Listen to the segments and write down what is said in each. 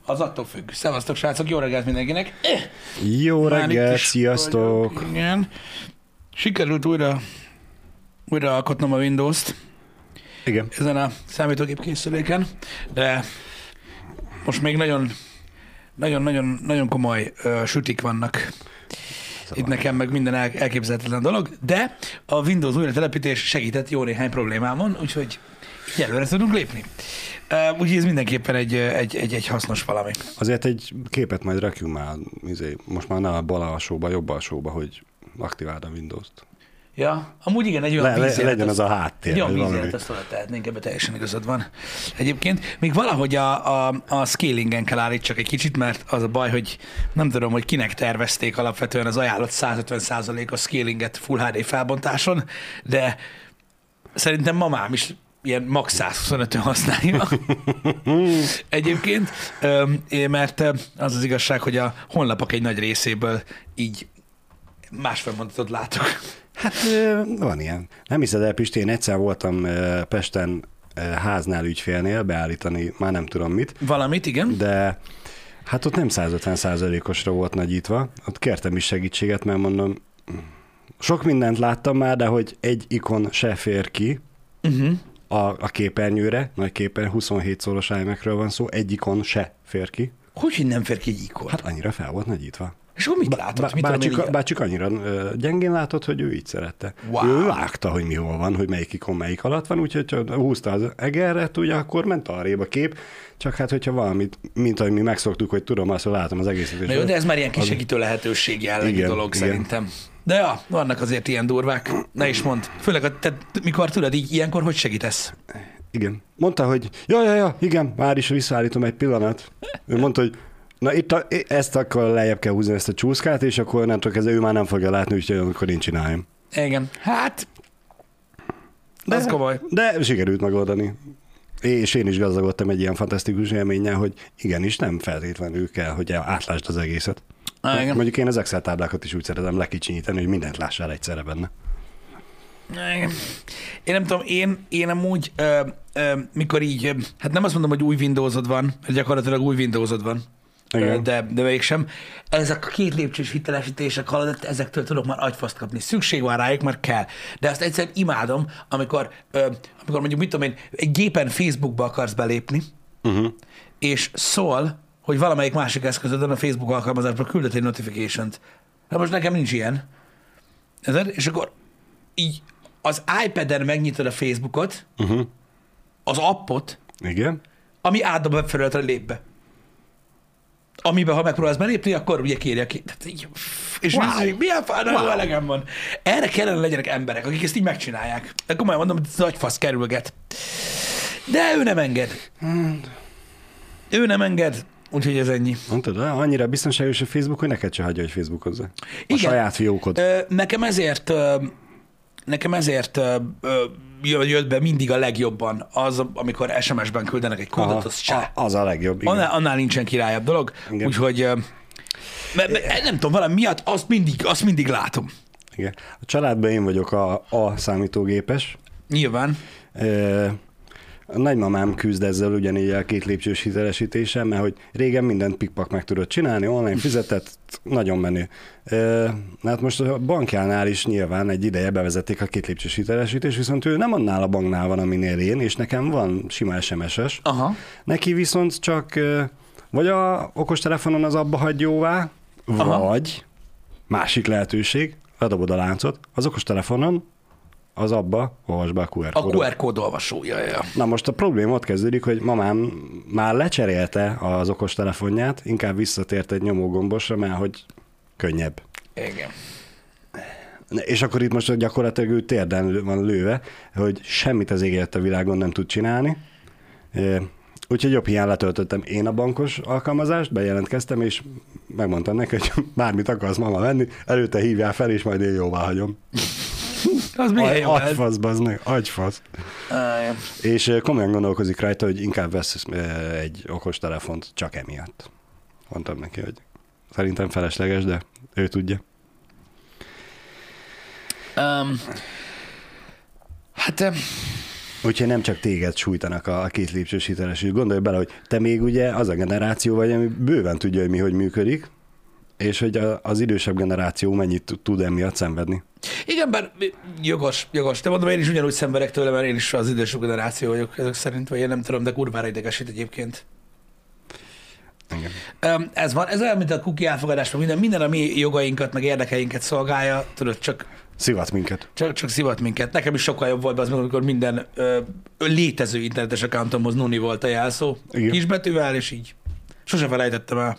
az attól függ. Szevasztok, srácok, jó reggelt mindenkinek. Jó reggelt, sziasztok! Vagyok, igen. Sikerült újra alkotnom a Windows-t. Igen. Ezen a számítógép készüléken, de most még nagyon komoly sütik vannak. Itt nekem meg minden elképzelhetetlen dolog, de a Windows újra telepítés segített jó néhány problémámon, úgyhogy így előre tudunk lépni. Úgyhogy ez mindenképpen egy hasznos valami. Azért egy képet majd rakjunk már, most már ne a bal alsóba, jobb alsóba, hogy aktiváld a Windows-t. Ja, amúgy igen, egy olyan vízjelet. Legyen az a háttér. Egy olyan vízjelet, azt oda tehetnénk, ebben teljesen igazad van. Egyébként még valahogy a scalingen kell állítsak egy kicsit, mert az a baj, hogy nem tudom, hogy kinek tervezték alapvetően az ajánlott 150%-os scalinget Full HD felbontáson, de szerintem mamám is ilyen max. 125-ön használja. Egyébként, mert az az igazság, hogy a honlapok egy nagy részéből így másfél mondatot látok. Hát van ilyen. Nem hiszed el, Pisti, én egyszer voltam Pesten háznál ügyfélnél beállítani, már nem tudom mit. Valamit, igen. De hát ott nem 150%-osra volt nagyítva. Ott kértem is segítséget, mert mondom, sok mindent láttam már, de hogy egy ikon se fér ki a képernyőre, nagy képernyő, 27 szoros iMac-ről van szó, egy ikon se fér ki. Hogy nem fér ki egy ikon? Hát annyira fel volt nagyítva. És akkor mit látott? Bár csak annyira gyengén látott, hogy ő így szerette. Wow. Ő vágta, hogy mi hol van, hogy melyik ikon melyik alatt van, úgyhogy ha húzta az egerret, ugye akkor ment arrébb a kép, csak hát hogyha valamit, mint ahogy mi megszoktuk, hogy tudom azt, hogy látom az egészet. Na jó, de ez már ilyen kisegítő lehetőség jellegű dolog szerintem. De ja, vannak azért ilyen durvák. Ne is mondd. Főleg, mikor tudod így, ilyenkor hogy segítesz? Igen. Mondta, hogy ja, igen, már is visszaállítom egy pillanat. Ő mondta, hogy na itt ezt akkor lejjebb kell húzni, ezt a csúszkát, és akkor nem tudok, ő már nem fogja látni, úgyhogy akkor én csináljam. Igen. Hát, ez komoly. De sikerült megoldani. És én is gazdagodtam egy ilyen fantasztikus élménnyel, hogy igenis nem feltétlenül kell, hogy átlásd az egészet. Igen. Mondjuk én az Excel táblákat is úgy szeretem lekicsinyíteni, hogy mindent lássál egyszerre benne. Igen. Én nem tudom, én amúgy, mikor így, hát nem azt mondom, hogy új Windowsod van, mert gyakorlatilag új Windowsod van. Igen. De mégsem. Ezek a 2 lépcsős hitelesítések, hallod, ezektől tudok már agyfaszt kapni. Szükség van rájuk, mert kell. De azt egyszerűen imádom, amikor mondjuk, mit tudom én, egy gépen Facebookba akarsz belépni, és szól, hogy valamelyik másik eszközödön a Facebook alkalmazásban küldött egy notification-t. Na most nekem nincs ilyen. És akkor így az iPad-en megnyitod a Facebookot, az appot, Igen. ami átdob a webfelületre, lép be. Amiben, ha megpróbálsz belépni, akkor ugye kérje ki. És milyen fájdalmú elegem van. Erre kellene legyenek emberek, akik ezt így megcsinálják. De komolyan mondom, hogy ez agyfasz kerülget. De ő nem enged. Ő nem enged, úgyhogy ez ennyi. Mondtad, annyira biztonságos a Facebook, hogy neked se hagyja, hogy Facebookozza. A Igen. saját fiókod. Nekem ezért jött be mindig a legjobban az, amikor SMS-ben küldenek egy kódot, az csá. Az a legjobb, igen. Annál nincsen királyabb dolog, úgyhogy nem tudom, valami miatt azt mindig látom. Igen. A családban én vagyok a számítógépes. Nyilván. A nagymamám küzd ezzel ugyanígy a 2 lépcsős hitelesítéssel, mert hogy régen mindent pikpak meg tudott csinálni, online fizetett, nagyon menő. Hát most a bankjánál is nyilván egy ideje bevezették a 2 lépcsős hitelesítést, viszont ő nem annál a banknál van, aminél én, és nekem van sima SMS-es. Aha. Neki viszont csak vagy a okostelefonon az abba hagy jóvá, vagy másik lehetőség, ledobod a láncot, az okostelefonon az abba, olvasd be a QR kódot. A QR kód olvasója. Na most a probléma ott kezdődik, hogy mamám már lecserélte az okostelefonját, inkább visszatért egy nyomógombosra, mert hogy könnyebb. Igen. És akkor itt most gyakorlatilag ő térden van lőve, hogy semmit az égélet a világon nem tud csinálni. Úgyhogy jobb hiány letöltöttem én a bankos alkalmazást, bejelentkeztem, és megmondtam neki, hogy bármit akarsz mama venni, előtte hívjál fel, és majd én jóvá hagyom. Az milyen jó. Agyfasz, bazd meg, agyfasz. És komolyan gondolkozik rajta, hogy inkább vesz egy okostelefont csak emiatt. Mondtam neki, hogy szerintem felesleges, de ő tudja. Hát Úgyhogy nem csak téged sújtanak a két lépcsős hitelesítés. Gondolj bele, hogy te még ugye az a generáció vagy, ami bőven tudja, hogy mi hogy működik, és hogy az idősebb generáció mennyit tud emiatt szenvedni. Igen, bár jogos. De mondom, én is ugyanúgy szenvedek tőle, mert én is az idősebb generáció vagyok ezek szerint, vagy én nem tudom, de kurvára idegesít egyébként. Igen. Ez van, ez olyan, mint a cookie elfogadás, minden a mi jogainkat, meg érdekeinket szolgálja, tudod, csak Szivat minket. Csak szivat minket. Nekem is sokkal jobb volt az, amikor minden létező internetes accountomhoz Nuni volt a jelszó. Igen. Kisbetűvel, és így. Sose felejtettem el.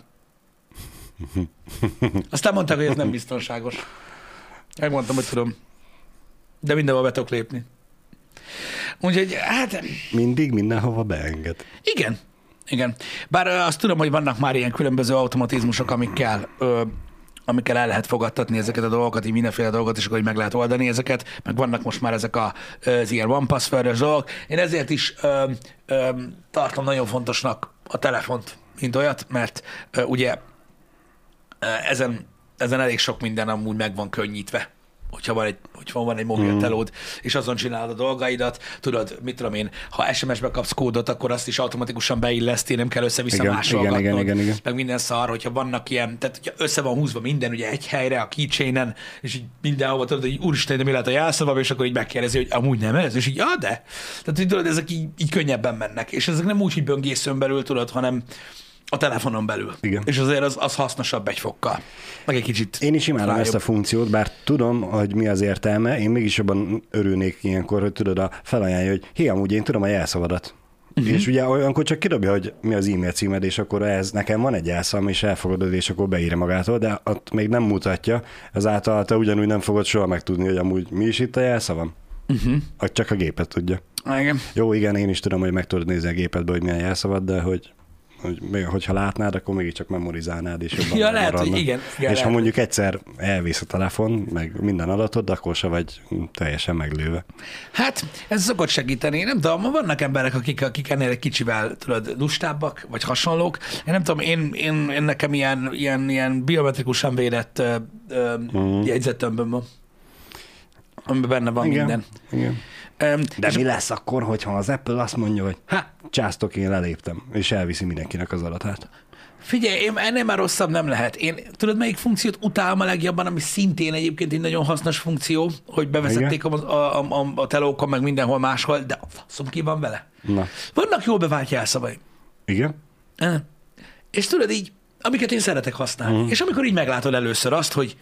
Aztán mondták, hogy ez nem biztonságos. Megmondtam, hogy tudom. De mindenhol be tudok lépni. Úgyhogy, hát... Mindig, mindenhova beenged. Igen. Bár azt tudom, hogy vannak már ilyen különböző automatizmusok, amikkel el lehet fogadtatni ezeket a dolgokat, így mindenféle dolgot, és akkor így meg lehet oldani ezeket, meg vannak most már ezek az ilyen one password-ös dolgok. Én ezért is tartom nagyon fontosnak a telefont, mint olyat, mert ugye ezen elég sok minden amúgy meg van könnyítve, hogyha van egy mobil telód, és azon csinálod a dolgaidat, tudod, mit tudom én, ha SMS-be kapsz kódot, akkor azt is automatikusan beilleszti, nem kell össze-vissza másolgatnod, igen. meg minden szar, hogyha vannak ilyen, tehát hogyha össze van húzva minden ugye egy helyre, a keychainen, és így mindenhova tudod, hogy úristen, de mi lehet a jelszavam, és akkor így megkérdezi, hogy amúgy nem ez, és így, de. Tehát, hogy tudod, ezek így könnyebben mennek, és ezek nem úgy, hogy böngészőn belül, tudod, hanem a telefonon belül. Igen. És azért az hasznosabb egy fokkal. Meg egy kicsit. Én is imádom ezt a funkciót, bár tudom, hogy mi az értelme, én mégis jobban örülnék ilyenkor, hogy tudod, felajánlja, hogy amúgy én tudom a jelszavadat. És ugye olyankor csak kidobja, hogy mi az e-mail címed, és akkor ez nekem van egy jelszavam, és elfogadod, és akkor beírja magától, de ott még nem mutatja, ezáltal te ugyanúgy nem fogod soha megtudni, hogy amúgy mi is itt a jelszavam. Csak a gépet tudja. Igen. Jó, igen, én is tudom, hogy meg tudod nézni a gépedbe, hogy milyen jelszavad, de hogyha látnád, akkor mégiscsak memorizálnád, és jobban lehet, hogy igen. És ha mondjuk egyszer elvész a telefon, meg minden adatod, akkor se vagy teljesen meglőve. Hát, ez szokott segíteni. Nem tudom, vannak emberek, akik ennél egy kicsivel, tudod, lustábbak, vagy hasonlók. Én nem tudom, én nekem ilyen biometrikusan védett jegyzettömböm van, amiben benne van minden. Igen. De mi lesz akkor, hogyha az Apple azt mondja, hogy császtok, én leléptem, és elviszi mindenkinek az adatát? Figyelj, ennél már rosszabb nem lehet. Én tudod, melyik funkciót utálom a legjobban, ami szintén egyébként egy nagyon hasznos funkció, hogy bevezették a telókon, meg mindenhol máshol, de a faszom ki van vele. Na. Vannak jól bevált jelszavaim. Igen? És tudod így, amiket én szeretek használni. És amikor így meglátod először azt, hogy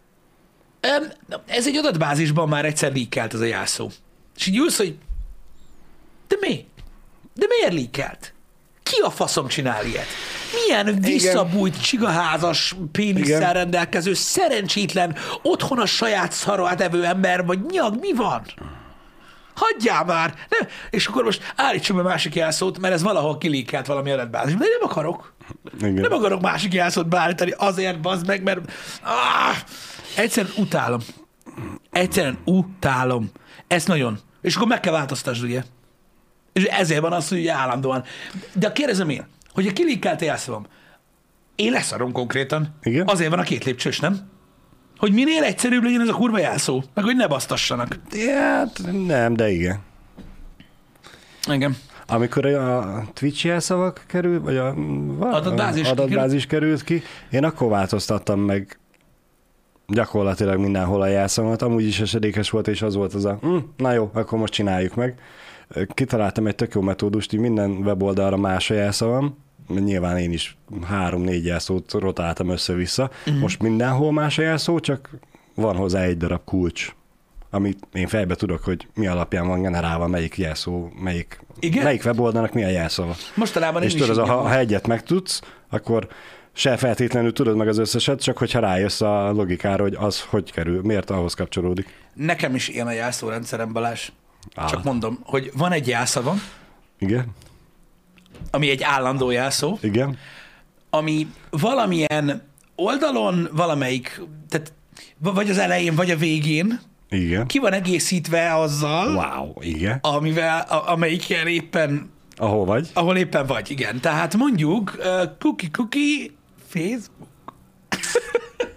ez egy adatbázisban már egyszer leakelt ez a jelszó. És így ülsz, hogy de mi? De miért leakelt? Ki a faszom csinál ilyet? Milyen visszabújt, csigaházas pénisszel rendelkező, szerencsétlen, otthon a saját szarát evő ember, vagy nyag, mi van? Hagyjál már! Nem. És akkor most állítsam a másik jelszót, mert ez valahol kilíkelt valami adatbázisban. De nem akarok. Igen. Nem akarok másik jelszót beállítani azért, bazd meg, mert egyszerűen utálom. Ezt nagyon. És akkor meg kell változtasd, ugye? És ezért van az, hogy ugye állandóan. De kérdezem én, hogyha kilíkelt jelszavam, én leszarom konkrétan. Igen? Azért van a két lépcsős, nem? Hogy minél egyszerűbb legyen ez a kurva jelszó, meg hogy ne basztassanak. Hát nem, de igen. Igen. Amikor a Twitch jelszavak kerül, vagy adatbázis került ki, én akkor változtattam meg gyakorlatilag mindenhol a jelszavamat, amúgy is esedékes volt, és az volt az na jó, akkor most csináljuk meg. Kitaláltam egy tök jó metódust, így minden weboldalra más a jelszavam, nyilván én is 3-4 jelszót rotáltam össze-vissza. Most mindenhol más a jelszó, csak van hozzá egy darab kulcs, amit én fejbe tudok, hogy mi alapján van generálva, melyik jelszó, melyik weboldalnak mi a jelszava. Mostanában és tudod, ha egyet megtudsz, akkor se feltétlenül tudod meg az összeset, csak hogyha rájössz a logikára, hogy az hogy kerül, miért ahhoz kapcsolódik. Nekem is ilyen a jelszórendszerem, Balázs. Csak mondom, hogy van egy jelszavam, igen, ami egy állandó jelszó, igen, ami valamilyen oldalon, valamelyik, tehát vagy az elején, vagy a végén, igen, ki van egészítve azzal, wow, igen, amelyikkel éppen ahol éppen vagy, igen. Tehát mondjuk cookie Facebook.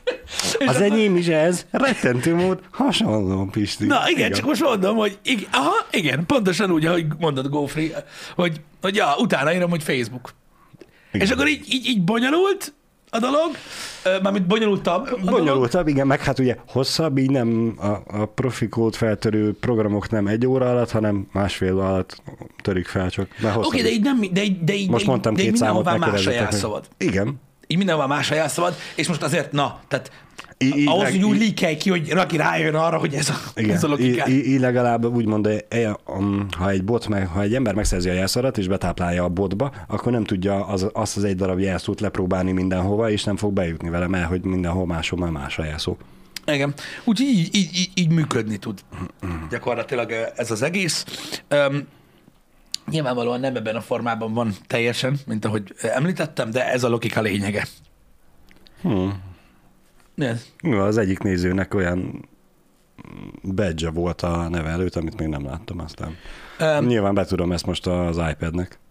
Az enyém is ez, rettentő mód hasonló, Pisti. Na igen, csak most mondom, hogy igen, pontosan úgy, ahogy mondod, Gófri, hogy ja, utána írom, hogy Facebook. Igen. És akkor így bonyolult a dolog, mármint bonyolultabb. Bonyolultabb, igen, meg hát ugye hosszabb, így nem a profi kód feltörő programok nem 1 óra alatt, hanem másfél óra alatt törik fel csak. Oké, de így nem, de így most mondtam de így 2 számot, mindenhová másra jelszabad. Igen. Így mindenhová másra jelszabad, és most azért, tehát ahhoz, hogy úgy líkelj ki, hogy Raki rájön arra, hogy ez a logikát. Így legalább úgymond, ha egy ember megszerzi a jelszarat, és betáplálja a botba, akkor nem tudja azt az 1 darab jelszót lepróbálni mindenhova, és nem fog bejutni vele, mert hogy mindenhol máshol már más a jelszó. Igen. Úgyhogy így működni tud gyakorlatilag ez az egész. Nyilvánvalóan nem ebben a formában van teljesen, mint ahogy említettem, de ez a logika lényege. Az egyik nézőnek olyan badge volt a neve előtt, amit még nem láttam aztán. Nyilván betudom ezt most az iPadnek.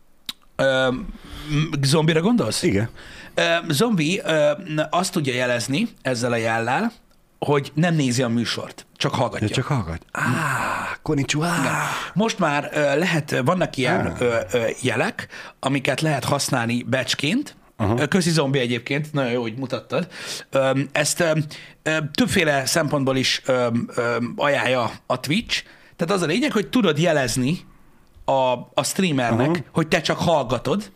Zombira gondolsz? Igen. Zombi azt tudja jelezni ezzel a jellel, hogy nem nézi a műsort, csak hallgatja. Csak hallgat. Konnichiwa. Most már vannak ilyen jelek, amiket lehet használni batchként. Köszi Zombi egyébként, nagyon jó, hogy mutattad. Ezt többféle szempontból is ajánlja a Twitch. Tehát az a lényeg, hogy tudod jelezni a streamernek, hogy te csak hallgatod.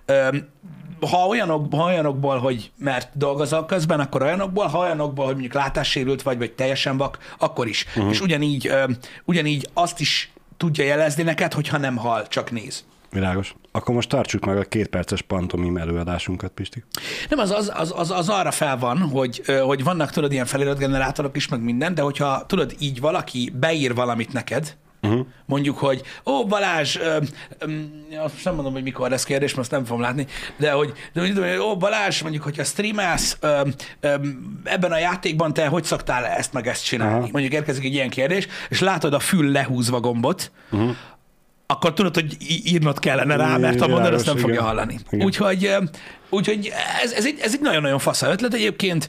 Ha olyanokból, hogy mert dolgozol közben, akkor olyanokból, ha olyanokból, hogy mondjuk látássérült vagy teljesen vak, akkor is. És ugyanígy azt is tudja jelezni neked, hogyha nem hall, csak néz. Világos. Akkor most tartsuk meg a 2 perces pantomim előadásunkat, Pisti. Nem, az arra fel van, hogy vannak, tudod, ilyen feliratgenerátorok is, meg minden, de hogyha tudod, így valaki beír valamit neked, mondjuk, hogy Balázs, azt nem mondom, hogy mikor lesz kérdés, mert azt nem fogom látni, de hogy Balázs, mondjuk, hogyha streamelsz ebben a játékban, te hogy szoktál ezt meg ezt csinálni? Mondjuk érkezik egy ilyen kérdés, és látod a fül lehúzva gombot, akkor tudod, hogy írnod kellene rá, mert ha mondod, azt nem fogja hallani. Úgyhogy ez egy nagyon-nagyon fasz ötlet egyébként.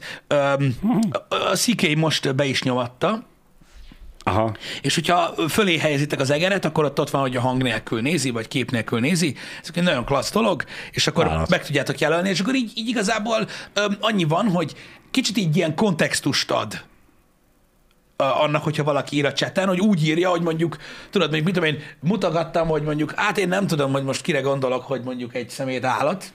A CK most be is nyomatta, és hogyha fölé helyezitek az egeret, akkor ott van, hogy a hang nélkül nézi, vagy kép nélkül nézi. Ez egy nagyon klassz dolog, és akkor meg tudjátok jelölni, és akkor így igazából annyi van, hogy kicsit így ilyen kontextust ad annak, hogyha valaki ír a chaten, hogy úgy írja, hogy mondjuk, tudod, mit tudom én, mutogattam, hogy mondjuk, én nem tudom, hogy most kire gondolok, hogy mondjuk egy szemét állat,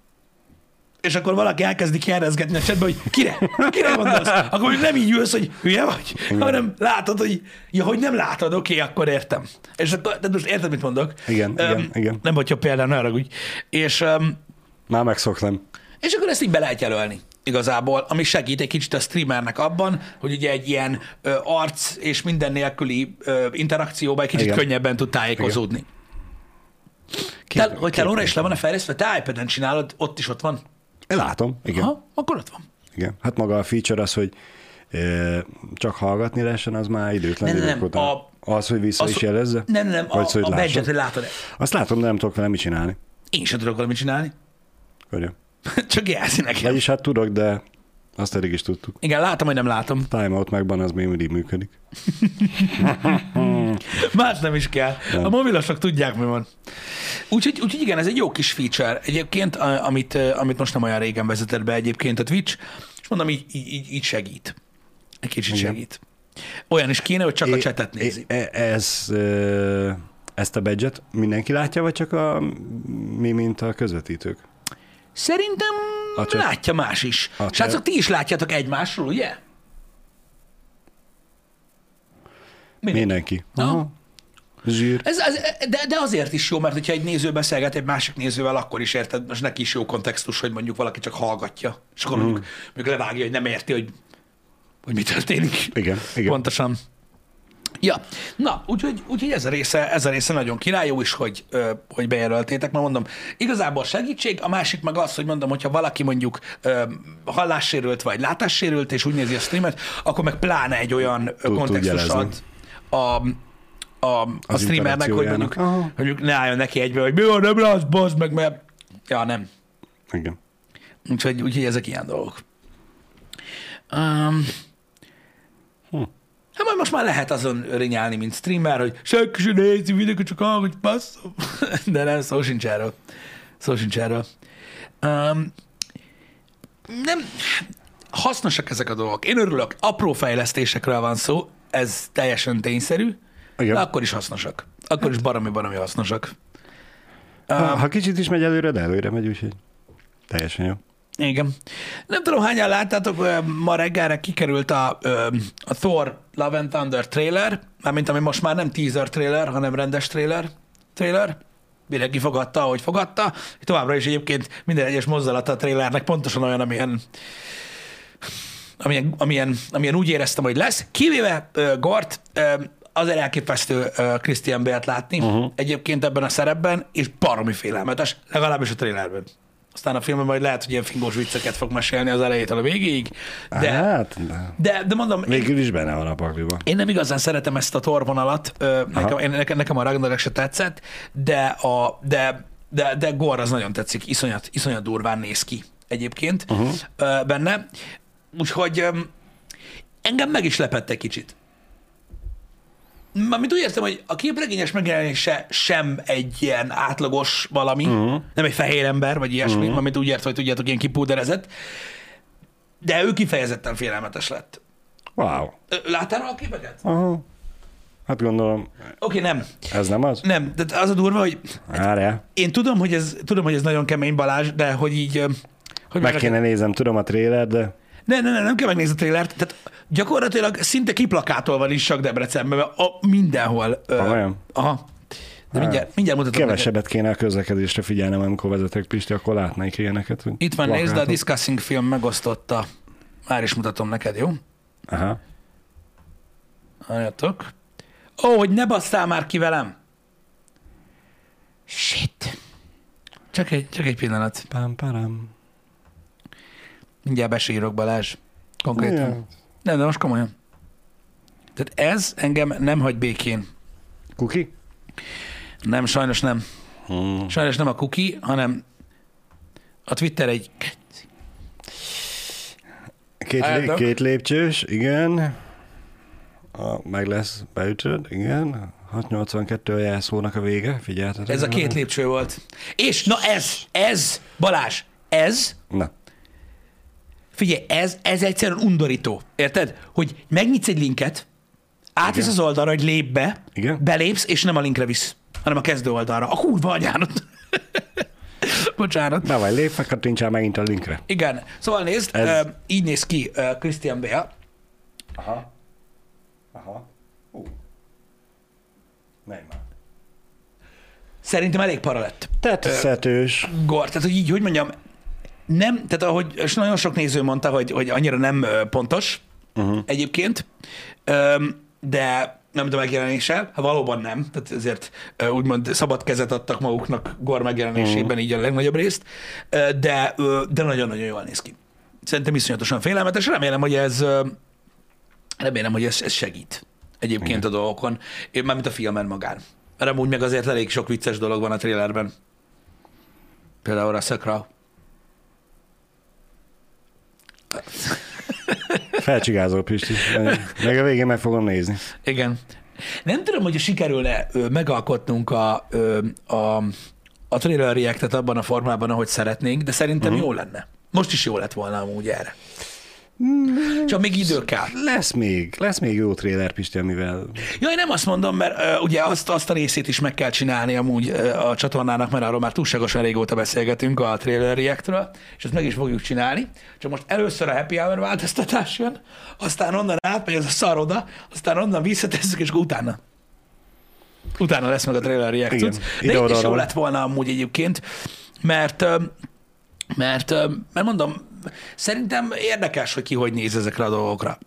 és akkor valaki elkezdi kérdezgetni a chatben, hogy kire gondolsz? Akkor mondjuk nem így ülsz, hogy hülye vagy, hanem látod, hogy nem látod, oké, akkor értem. És akkor, de most érted, mit mondok? Igen. Nem vagy jobb például, ne haragudj. És már megszoktam. És akkor ezt így be lehet jelölni igazából, ami segít egy kicsit a streamernek abban, hogy ugye egy ilyen arc és minden nélküli interakcióban egy kicsit könnyebben tud tájékozódni. Hogy te óra is le van-e fejlesztve? Te iPad-en csinálod, ott van? Én látom, igen. Akkor ott van. Igen. Hát maga a feature az, hogy csak hallgatni lehessen, az már időtlen idők után. Az, hogy vissza is jelezze? Nem, a badge-et, hogy látod-e? Azt látom, de nem tudok vele mit csinálni. Én sem tudok vele mit csinálni. Hogy? Csak jelzi nekem. Vagyis hát tudok, de azt eddig is tudtuk. Igen, látom, hogy nem látom. Timeout megban az még mindig működik. Más nem is kell. Nem. A mobilosok tudják, mi van. Úgyhogy igen, ez egy jó kis feature egyébként, amit most nem olyan régen vezetett be egyébként a Twitch, és mondom, így segít. Egy kicsit segít. Olyan is kéne, hogy csak a chatet nézi. Ezt a badge-et mindenki látja, vagy csak mi, mint a közvetítők? Szerintem látja más is. Srácok, ti is látjátok egymásról, ugye? Mindenki. Zsír. De azért is jó, mert hogyha egy néző beszélget egy másik nézővel, akkor is érted, most neki is jó kontextus, hogy mondjuk valaki csak hallgatja, és akkor mondjuk levágja, hogy nem érti, hogy mi történik. Igen. Pontosan. Ja, na, úgyhogy ez a része nagyon király, jó is, hogy bejelöltétek, mert mondom, igazából segítség, a másik meg az, hogy mondom, hogyha valaki mondjuk hallássérült vagy látássérült, és úgy nézi a streamet, akkor meg pláne egy olyan kontextust ad a streamernek, hogy mondjuk ne álljon neki egybe, hogy mi van, nem látsz, bazd meg, mert... Ja, nem. Igen. Úgyhogy ezek ilyen dolgok. Hát majd most már lehet azon rinyálni, mint streamer, hogy senki sem nézi, mindenki csak hogy basszom. De nem, szó sincs erről. Szó sincs erről. Nem, hasznosak ezek a dolgok. Én örülök, apró fejlesztésekről van szó, ez teljesen tényszerű, Igen. de akkor is hasznosak. Akkor is baromi hasznosak. Ha kicsit is megy előre, de előre megy, úgyhogy teljesen jó. Igen. Nem tudom, hányan láttátok, ma reggelre kikerült a Thor Love and Thunder trailer, mármint ami most már nem teaser trailer, hanem rendes trailer. Mindenki fogadta, ahogy fogadta. Továbbra is egyébként minden egyes mozzanata a trailernek pontosan olyan, amilyen úgy éreztem, hogy lesz. Kivéve Gort, azért elképesztő Christian Bale-t látni egyébként ebben a szerepben, és baromi félelmetes, legalábbis a trailerben. Aztán a filmben majd lehet, hogy ilyen fingós vicceket fog mesélni az elejétől a végéig. De mondom... Végül is benne van a pakliban. Én nem igazán szeretem ezt a Thor vonalat, nekem a Ragnarök se tetszett, de Gore az nagyon tetszik, iszonyat durván néz ki egyébként benne. Úgyhogy engem meg is lepett egy kicsit. Mármint úgy értem, hogy a képregényes megjelenése sem egy ilyen átlagos valami, nem egy fehér ember, vagy ilyesmi, mármint úgy értem, hogy tudjátok, ilyen kipúderezett, de ő kifejezetten félelmetes lett. Wow. Láttál a képeket? Aha. Hát gondolom. Oké, nem. Ez nem az? Nem, de az a durva, hogy én tudom, hogy ez nagyon kemény, Balázs, de hogy így... Hogy meg kéne nézem, tudom a trailer, de... Nem kell megnézni a trailert. Tehát gyakorlatilag szinte kiplakátolva is csak Debrecenben, mert mindenhol. Olyan? Aha. De mindjárt mutatom. Kevesebbet kéne a közlekedésre figyelnem, amikor vezetek, Pisti, akkor látnék ilyeneket. Itt van, nézd, a Discussing film megosztotta. Már is mutatom neked, jó? Aha. Halljatok. Hogy ne basszál már ki velem. Shit. Csak egy pillanat. Pám. Mindjárt besírok, Balázs. Konkrétan. Yeah. Nem, de most komolyan. Tehát ez engem nem hagy békén. Kuki? Nem, sajnos nem. Sajnos nem a cookie, hanem a Twitter egy... Két lépcsős, igen. Meg lesz beütöd, igen. 682 a jelszónak a vége, figyeltetek. Ez a két lépcső volt. És na ez, Balázs, ez... Na. Figyelj, ez egyszerűen undorító. Érted? Hogy megnyitsz egy linket, átvisz az oldalra, hogy lép be, igen. Belépsz, és nem a linkre visz, hanem a kezdő oldalra. A kurva anyánat. Bocsánat. Na vagy lépve, kattintsál megint a linkre. Igen. Szóval nézd, így néz ki Christian Bale. Aha. Menj már. Szerintem elég para lett. Tetszetős. Gore, tehát hogy így, hogy mondjam, nem, tehát ahogy és nagyon sok néző mondta, hogy annyira nem pontos egyébként, de nem tudom megjelenéssel, hát valóban nem, tehát ezért úgymond szabad kezet adtak maguknak Gore megjelenésében, így a legnagyobb részt, de nagyon-nagyon jól néz ki. Szerintem iszonyatosan félelmetes, remélem, hogy ez segít egyébként a dolgokon, mármint a filmen magán. Mert amúgy meg azért elég sok vicces dolog van a trailerben. Például Russell Crowe. Felcsigázol, Pisti. Meg a végén meg fogom nézni. Igen. Nem tudom, hogy sikerülne megalkotnunk a trailer reactet abban a formában, ahogy szeretnénk, de szerintem jó lenne. Most is jó lett volna amúgy erre. Csak még idő kell. Lesz még jó trailer, Pisti, amivel... Ja, én nem azt mondom, mert ugye azt a részét is meg kell csinálni amúgy a csatornának, mert arról már túlságosan régóta beszélgetünk a trailer reactről, és ezt meg is fogjuk csinálni. Csak most először a Happy Hour változtatás jön, aztán onnan átmegy ez a szar oda, aztán onnan visszatesszük, és utána lesz meg a trailer react. De itt is jó lett volna amúgy egyébként, mert mondom, szerintem érdekes, hogy ki hogy néz ezekre a dolgokra.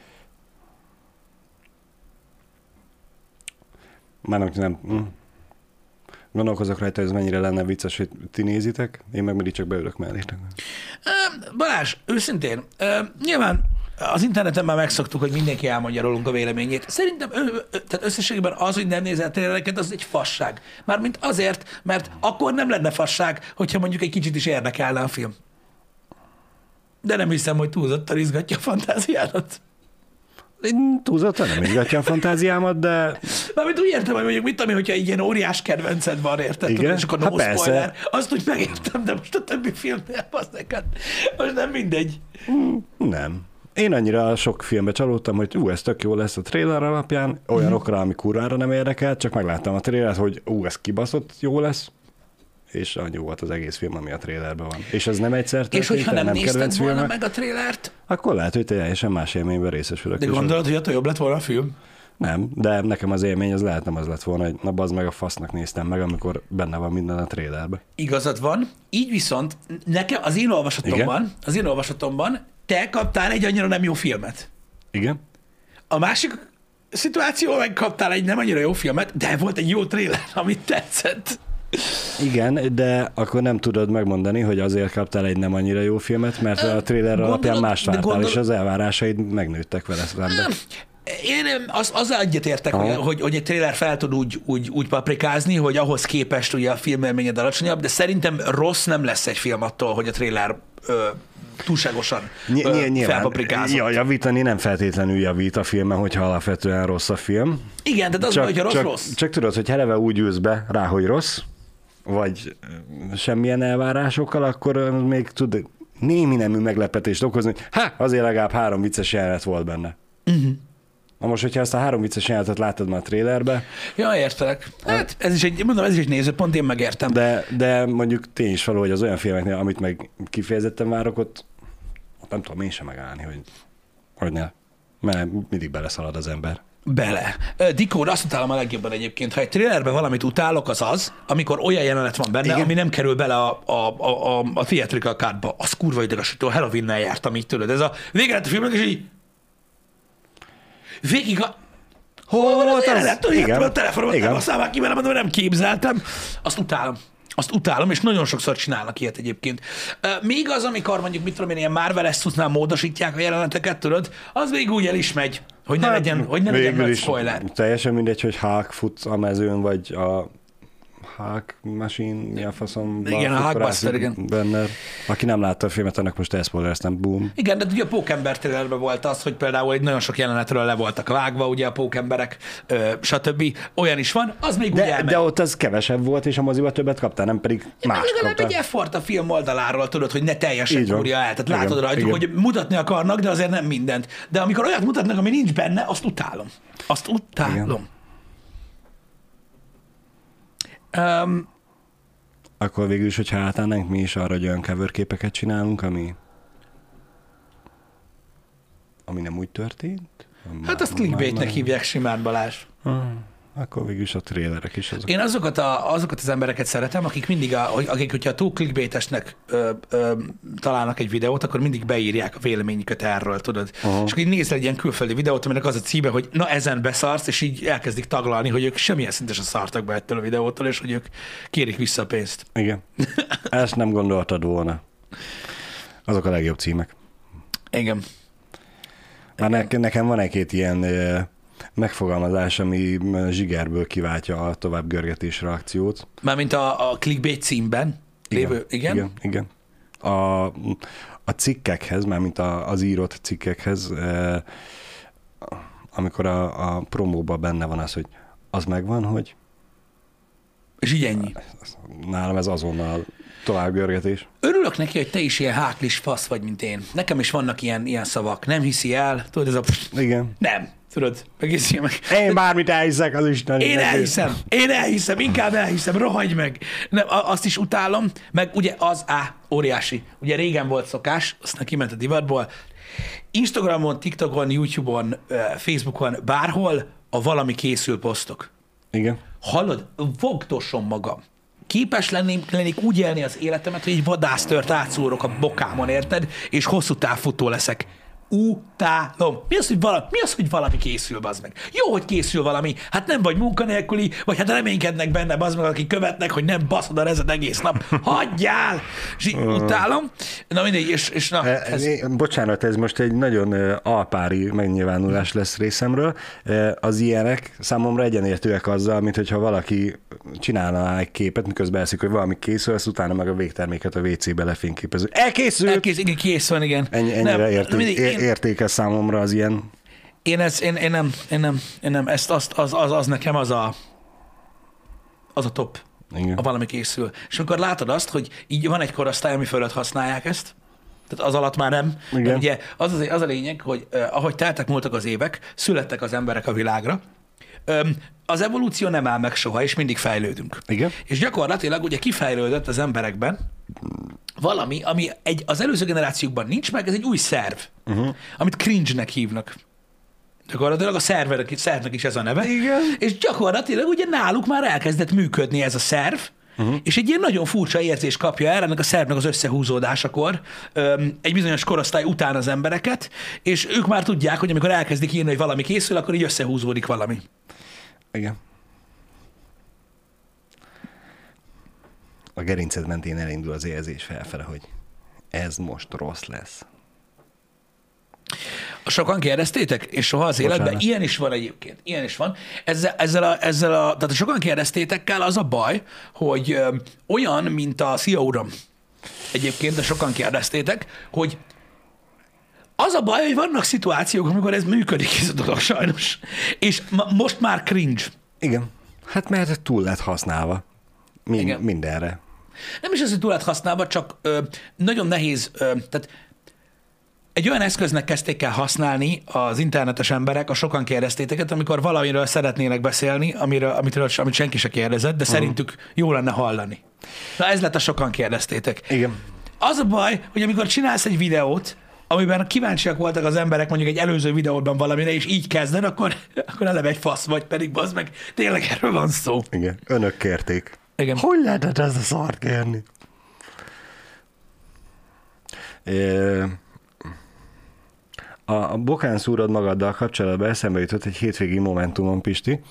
Már nem. Gondolkozok rajta, ez mennyire lenne vicces, hogy ti nézitek, én meg mindig csak beülök mellétek. Balázs, őszintén, nyilván az interneten már megszoktuk, hogy mindenki elmondja rólunk a véleményét. Szerintem tehát összességében az, hogy nem nézel trailereket, az egy fasság. Mármint azért, mert akkor nem lenne fasság, hogyha mondjuk egy kicsit is érdekelne a film. De nem hiszem, hogy túlzottan izgatja a fantáziádat. Én túlzottan nem izgatja a fantáziámat, de... Mármint úgy értem, hogy mondjuk mit tudom én, hogyha egy ilyen óriás kedvenced van, érted? Igen? És akkor Hát no persze. spoiler. Azt úgy megértem, de most a többi filmnél az neked. Most nem mindegy. Nem. Én annyira sok filmbe csalódtam, hogy ez tök jó lesz a trailer alapján, olyanokra, ami kurvára nem érdekelt, csak megláttam a trailert, hogy ez kibaszott jó lesz, és annyi volt az egész film, ami a trailerben van. És ez nem egyszer történt, És hogyha nem nézted kedvenc volna filmek, meg a trailert, akkor lehet, hogy teljesen más élményben részesülök. de És gondolod, hogy attól jobb lett volna a film? nem, de nekem az élmény az lehet nem az lett volna, hogy na bazd meg a fasznak néztem meg, amikor benne van minden a trailerben. Igazad van, így viszont nekem az én olvasatomban te kaptál egy annyira nem jó filmet. Igen? A másik szituáció meg kaptál egy nem annyira jó filmet, de volt egy jó trailer, amit tetszett. Igen, de akkor nem tudod megmondani, hogy azért kaptál egy nem annyira jó filmet, mert a trailer alapján mást vártál, és az elvárásaid megnőttek vele szemben. Én azzal egyetértek, hogy egy trailer fel tud úgy paprikázni, hogy ahhoz képest ugye a filmélményed alacsonyabb, de szerintem rossz nem lesz egy film attól, hogy a trailer túlságosan felpaprikázott. Ja, javítani nem feltétlenül javít a filmen, hogyha alapvetően rossz a film. Igen, tehát az, hogyha rossz. Csak tudod, hogy eleve úgy ülsz be rá, hogy rossz, vagy semmilyen elvárásokkal, akkor még tud némi nemű meglepetést okozni, hogy azért legalább 3 vicces jelenet volt benne. Uh-huh. Na most, hogyha ezt a 3 vicces jelenetet láttad már a trailerbe... Ja, értelek. Hát ez is egy nézőpont, én megértem. De mondjuk tény is való, hogy az olyan filmeknél, amit meg kifejezetten várok, ott nem tudom én sem megállni, hogy ne. Mert mindig beleszalad az ember. Bele. Dikód, azt utálom a legjobban egyébként, ha egy trailerben valamit utálok, az, amikor olyan jelenet van benne, igen, ami nem kerül bele a theatrical cardba. Az kurva idegesítő, a Halloween-nel jártam így tőled. Ez a vége lett a filmnek, és így végig hol van az jelenet? A telefonomat nem használom ki, mert nem képzeltem. Azt utálom, és nagyon sokszor csinálnak ilyet egyébként. Még az, amikor mondjuk, mit tudom én, ilyen Marvel Studiosnál módosítják a jeleneteket, tudod, az még úgy el is megy, hogy ne legyen nagy spoiler. Teljesen mindegy, hogy Hulk fut a mezőn, vagy a Hulk Machine, mi a faszom? Igen, a Hulkbuster, igen. Benne. Aki nem látta a filmet, annak most elszpoilereztem, boom. Igen, de ugye a Pókember trailerben volt az, hogy például egy nagyon sok jelenetről le voltak vágva, ugye a pókemberek, stb. Olyan is van, az még ugye elmegy. De ott az kevesebb volt, és a moziba többet kaptál, nem pedig más kaptál. Egy effort a film oldaláról, tudod, hogy ne teljesen kúrja el. Tehát igen, látod rajta, hogy mutatni akarnak, de azért nem mindent. De amikor olyat mutatnak, ami nincs benne, azt utálom. Azt utálom. Igen. Akkor végül is, hogyha átállnánk mi is arra, hogy olyan cover képeket csinálunk, ami nem úgy történt? Hát azt clickbaitnek hívják simán, Balázs. Akkor végül is a trailerek is azok. Én azokat az embereket szeretem, akik mindig, hogyha túl clickbaitesnek találnak egy videót, akkor mindig beírják a véleményüket erről, tudod. És akkor így nézel egy ilyen külföldi videót, aminek az a címe, hogy na ezen beszarsz, és így elkezdik taglalni, hogy ők semmilyen szintesen szartak be ettől a videótól, és hogy ők kérik vissza a pénzt. Igen. Ezt nem gondoltad volna. Azok a legjobb címek. Igen. Már nekem van egy-két ilyen megfogalmazás, ami zsigerből kiváltja a tovább görgetés reakciót. Mármint a clickbait címben lévő, igen? Igen. A cikkekhez, mármint az írott cikkekhez, amikor a promóban benne van az, hogy az megvan, hogy... És így ennyi. Nálam ez azonnal tovább görgetés. Örülök neki, hogy te is ilyen háklis fasz vagy, mint én. Nekem is vannak ilyen szavak. Nem hiszi el, tudod, ez a... Igen. Nem. Tudod, egész ilyen meg. Én bármit elhiszek, az Isten. Én elhiszem, inkább elhiszem, rohagy meg. Nem, azt is utálom, meg ugye az, óriási. Ugye régen volt szokás, aztán kiment a divatból. Instagramon, TikTokon, YouTube-on, Facebookon, bárhol a valami készül posztok. Igen. Hallod, vogdosson magam. Képes lennék úgy élni az életemet, hogy egy vadásztört átszúrok a bokámon, érted? És hosszú távfutó leszek. Utálom. Mi az, hogy valami készül, bazd meg? Jó, hogy készül valami. Hát nem vagy munkanélküli, vagy hát reménykednek benne, bazd meg, akik követnek, hogy nem baszod a rezet egész nap. Hagyjál! És utálom. Na mindegy, és na. Bocsánat, ez most egy nagyon alpári megnyilvánulás lesz részemről. Az ilyenek számomra egyenértőek azzal, mint hogyha valaki csinálna egy képet, miközben eszik, hogy valami készül, ezt utána meg a végterméket a WC-be lefényképező. Elkészült! Igen, kész van, igen. Ennyire értékes számomra az ilyen. Én nem, az nekem az a top, Igen. ha valami készül. És amikor látod azt, hogy így van egy korosztály, ami fölött használják ezt, tehát az alatt már nem. De ugye az a lényeg, hogy ahogy teltek múltak az évek, születtek az emberek a világra, az evolúció nem áll meg soha, és mindig fejlődünk. Igen. És gyakorlatilag ugye kifejlődött az emberekben valami, ami az előző generációkban nincs meg, ez egy új szerv, amit cringe-nek hívnak. Gyakorlatilag a szervnek is ez a neve. Igen. És gyakorlatilag ugye náluk már elkezdett működni ez a szerv, és egy ilyen nagyon furcsa érzés kapja el ennek a szervnek az összehúzódásakor egy bizonyos korosztály után az embereket, és ők már tudják, hogy amikor elkezdik írni, hogy valami készül, akkor így összehúzódik valami. Igen. A gerinced mentén elindul az érzés felfele, hogy ez most rossz lesz. Sokan kérdeztétek, és soha az életben, ilyen is van egyébként, ilyen is van. Tehát sokan kérdeztétekkel az a baj, hogy olyan, mint a Szia Uram, egyébként, de sokan kérdeztétek, hogy az a baj, hogy vannak szituációk, amikor ez működik, ez a dolog sajnos. És most már cringe. Igen. Hát mert túl lett használva. Mindenre. Nem is az, hogy túl lett használva, csak nagyon nehéz, tehát egy olyan eszköznek kezdték el használni az internetes emberek, a sokan kérdeztéteket, amikor valamiről szeretnének beszélni, amit senki se kérdezett, de szerintük jó lenne hallani. Na ez lett a sokan kérdeztétek. Igen. Az a baj, hogy amikor csinálsz egy videót, amiben kíváncsiak voltak az emberek mondjuk egy előző videóban valamire, és így kezded, akkor eleve egy fasz vagy, pedig bazd meg, tényleg erről van szó. Igen, önök kérték. Igen. Hogy lehetett ez a szart kérni? A bokán szúrod magaddal kapcsolatban eszembe jutott egy hétvégi momentumon, Pisti.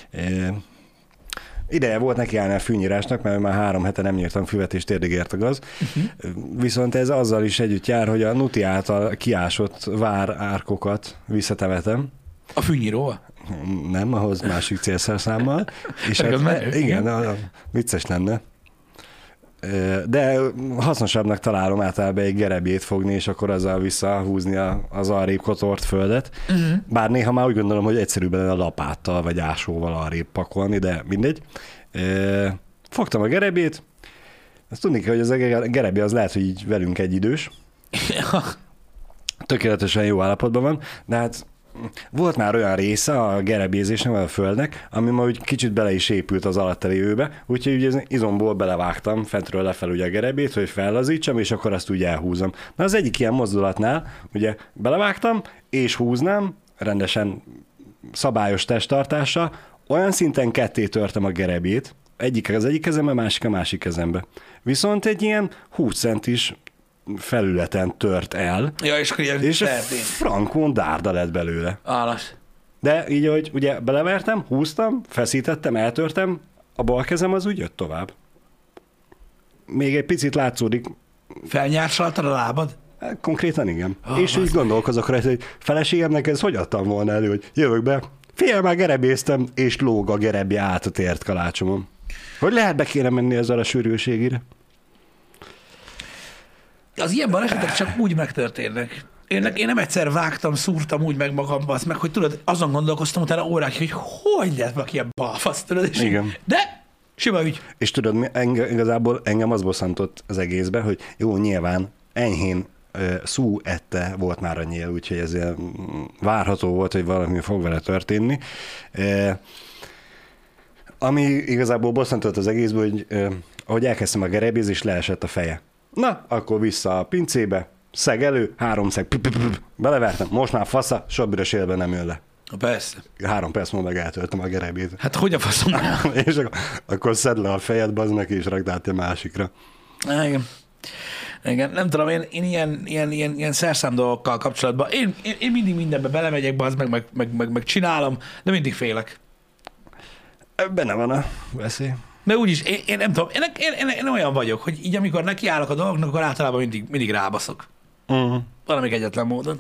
Ideje volt neki állni a fűnyírásnak, mert már 3 hete nem nyírtam füvet, és térdig ért a gaz. Viszont ez azzal is együtt jár, hogy a Nuti által kiásott várárkokat visszatemetem. A fűnyíróval? Nem, ahhoz másik célszerszámmal. És hát, igen, vicces lenne. De hasznosabbnak találom általában egy gerebjét fogni, és akkor azzal visszahúzni az arrébb kotort földet. Bár néha már úgy gondolom, hogy egyszerűbb lenne a lapáttal vagy ásóval arrébb pakolni, de mindegy. Fogtam a gerebjét, azt tudni kell, hogy az a gerebje az lehet, hogy így velünk egyidős. Tökéletesen jó állapotban van, de hát volt már olyan része a gerebjézésnek, vagy a földnek, ami ma úgy kicsit bele is épült az alattelévőbe, úgyhogy ugye izomból belevágtam fentről lefelé ugye a gerebjét, hogy fellazítsam, és akkor azt úgy elhúzom. Na az egyik ilyen mozdulatnál ugye belevágtam, és húznám, rendesen szabályos testtartással, olyan szinten ketté törtem a gerebjét, egyik az egyik kezembe, másik a másik kezembe. Viszont egy ilyen 20 centis felületen tört el, ja, és frankon dárda lett belőle. Állas. De így, hogy ugye belevertem, húztam, feszítettem, eltörtem, a bal kezem az úgy jött tovább. Még egy picit látszódik. Felnyársaltad a lábad? Konkrétan igen. És így gondolkozok rá, hogy feleségemnek ez hogy adtam volna elő, hogy jövök be, fél már gerebéztem, és lóg a gerebje át a tért kalácsomon. Hogy lehet be kéne menni ezzel a sűrűségére? Az ilyen balesetek csak úgy megtörténnek. Én nem egyszer vágtam, szúrtam úgy meg magam, az meg, hogy tudod, azon gondolkoztam utána órákig, hogy lehet valaki ilyen balfasz, tudod, és igen. De sima ügy. És tudod, igazából engem az bosszantott az egészbe, hogy jó, nyilván enyhén szú ette volt már a nyél, úgyhogy ez várható volt, hogy valami fog vele történni. Ami igazából bosszantott az egészből, hogy ahogy elkezdtem a gerebézést, leesett a feje. Na, akkor vissza a pincébe, szeg elő, 3 szeg, belevertem, most már fasza, sobbira élben nem jön le. Persze. 3 perc múlva meg eltöltem a gerebét. Hát hogy a faszom? És akkor szedd le a fejed, bazd meg, és rakd át a másikra. Igen. Igen, nem tudom, én ilyen szerszám dolgokkal kapcsolatban, én mindig mindenbe belemegyek, bazd meg csinálom, de mindig félek. Benne van a veszély. De úgyis, én nem tudom, én olyan vagyok, hogy így amikor nekiállok a dolgoknak, akkor általában mindig rábaszok. Valamik egyetlen módon.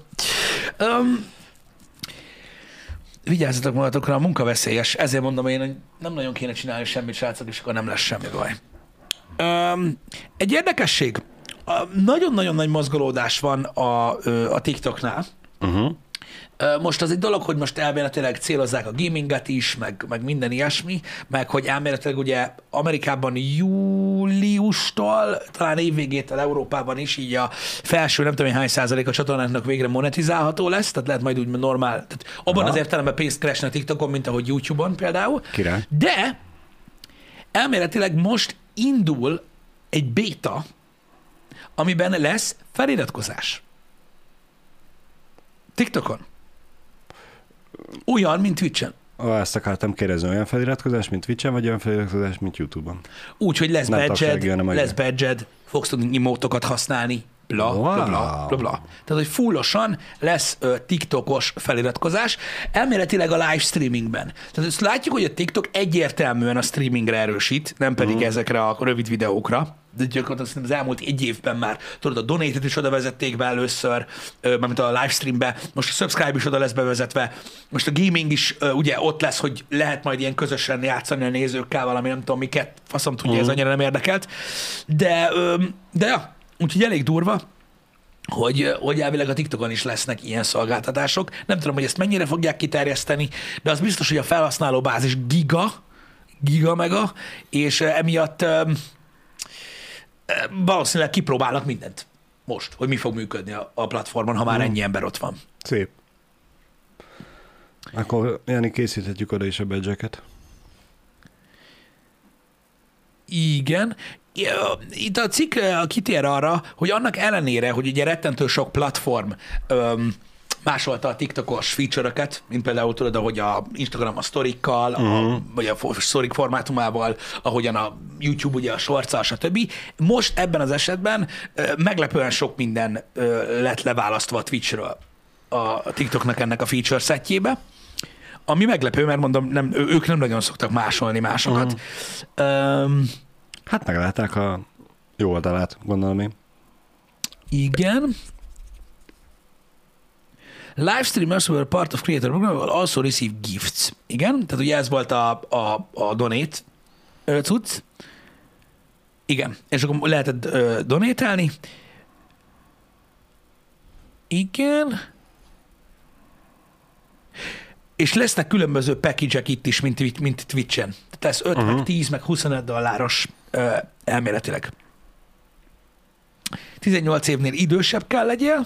Vigyázzatok magatokra, a munka veszélyes, ezért mondom én, hogy nem nagyon kéne csinálni semmit, srácok, és akkor nem lesz semmi baj. Egy érdekesség, nagyon-nagyon nagy mozgolódás van a TikToknál. Most az egy dolog, hogy most elméletileg célozzák a gaminget is, meg minden ilyesmi, meg hogy elméletileg ugye Amerikában júliustól, talán évvégétől Európában is így a felső nem tudom hány százalék a csatornáknak végre monetizálható lesz, tehát lehet majd úgy normál, tehát abban az értelemben pénzt keresni a TikTokon, mint ahogy YouTube-on például. Király. De elméletileg most indul egy béta, amiben lesz feliratkozás. TikTokon. Olyan, mint Twitch-en. Ezt akartam kérdezni, olyan feliratkozás, mint Twitch-en, vagy olyan feliratkozás, mint YouTube-on? Úgy, hogy lesz badge-ed, fogsz tudni emotokat használni, bla, bla, bla, bla, bla. Tehát, hogy fullosan lesz TikTokos feliratkozás, elméletileg a live streamingben. Tehát ezt látjuk, hogy a TikTok egyértelműen a streamingre erősít, nem pedig ezekre a rövid videókra. De gyakorlatilag az elmúlt egy évben már, tudod, a donate-et is oda vezették be először, mármint a livestreambe, most a subscribe is oda lesz bevezetve, most a gaming is ugye ott lesz, hogy lehet majd ilyen közösen játszani a nézőkkel valami, nem tudom miket, faszom tudja, ez annyira nem érdekelt. De ja, úgyhogy elég durva, hogy elvileg a TikTokon is lesznek ilyen szolgáltatások. Nem tudom, hogy ezt mennyire fogják kiterjeszteni, de az biztos, hogy a felhasználó bázis giga mega, és emiatt valószínűleg kipróbálnak mindent most, hogy mi fog működni a platformon, ha már ennyi ember ott van. Szép. Akkor Jani, készíthetjük oda is a badge-eket. Igen. Itt a cikk kitér arra, hogy annak ellenére, hogy ugye rettentő sok platform másolta a TikTokos feature-öket, mint például tudod, ahogy a Instagram a sztorikkal, vagy a sztorik formátumával, ahogyan a YouTube ugye a shortszal, stb. Most ebben az esetben meglepően sok minden lett leválasztva a Twitchről a TikToknak ennek a feature setjébe. Ami meglepő, mert mondom, ők nem nagyon szoktak másolni másokat. Hát meglátták a jó oldalát, gondolom én. Igen. Live streamers were part of creator program will also receive gifts. Igen, tehát ugye ez volt a donate cucc. Igen, és akkor lehetett donatálni. Igen. És lesznek különböző package-ek itt is, mint Twitch-en. Tehát ez 5, meg 10, meg $25 elméletileg. 18 évnél idősebb kell legyél,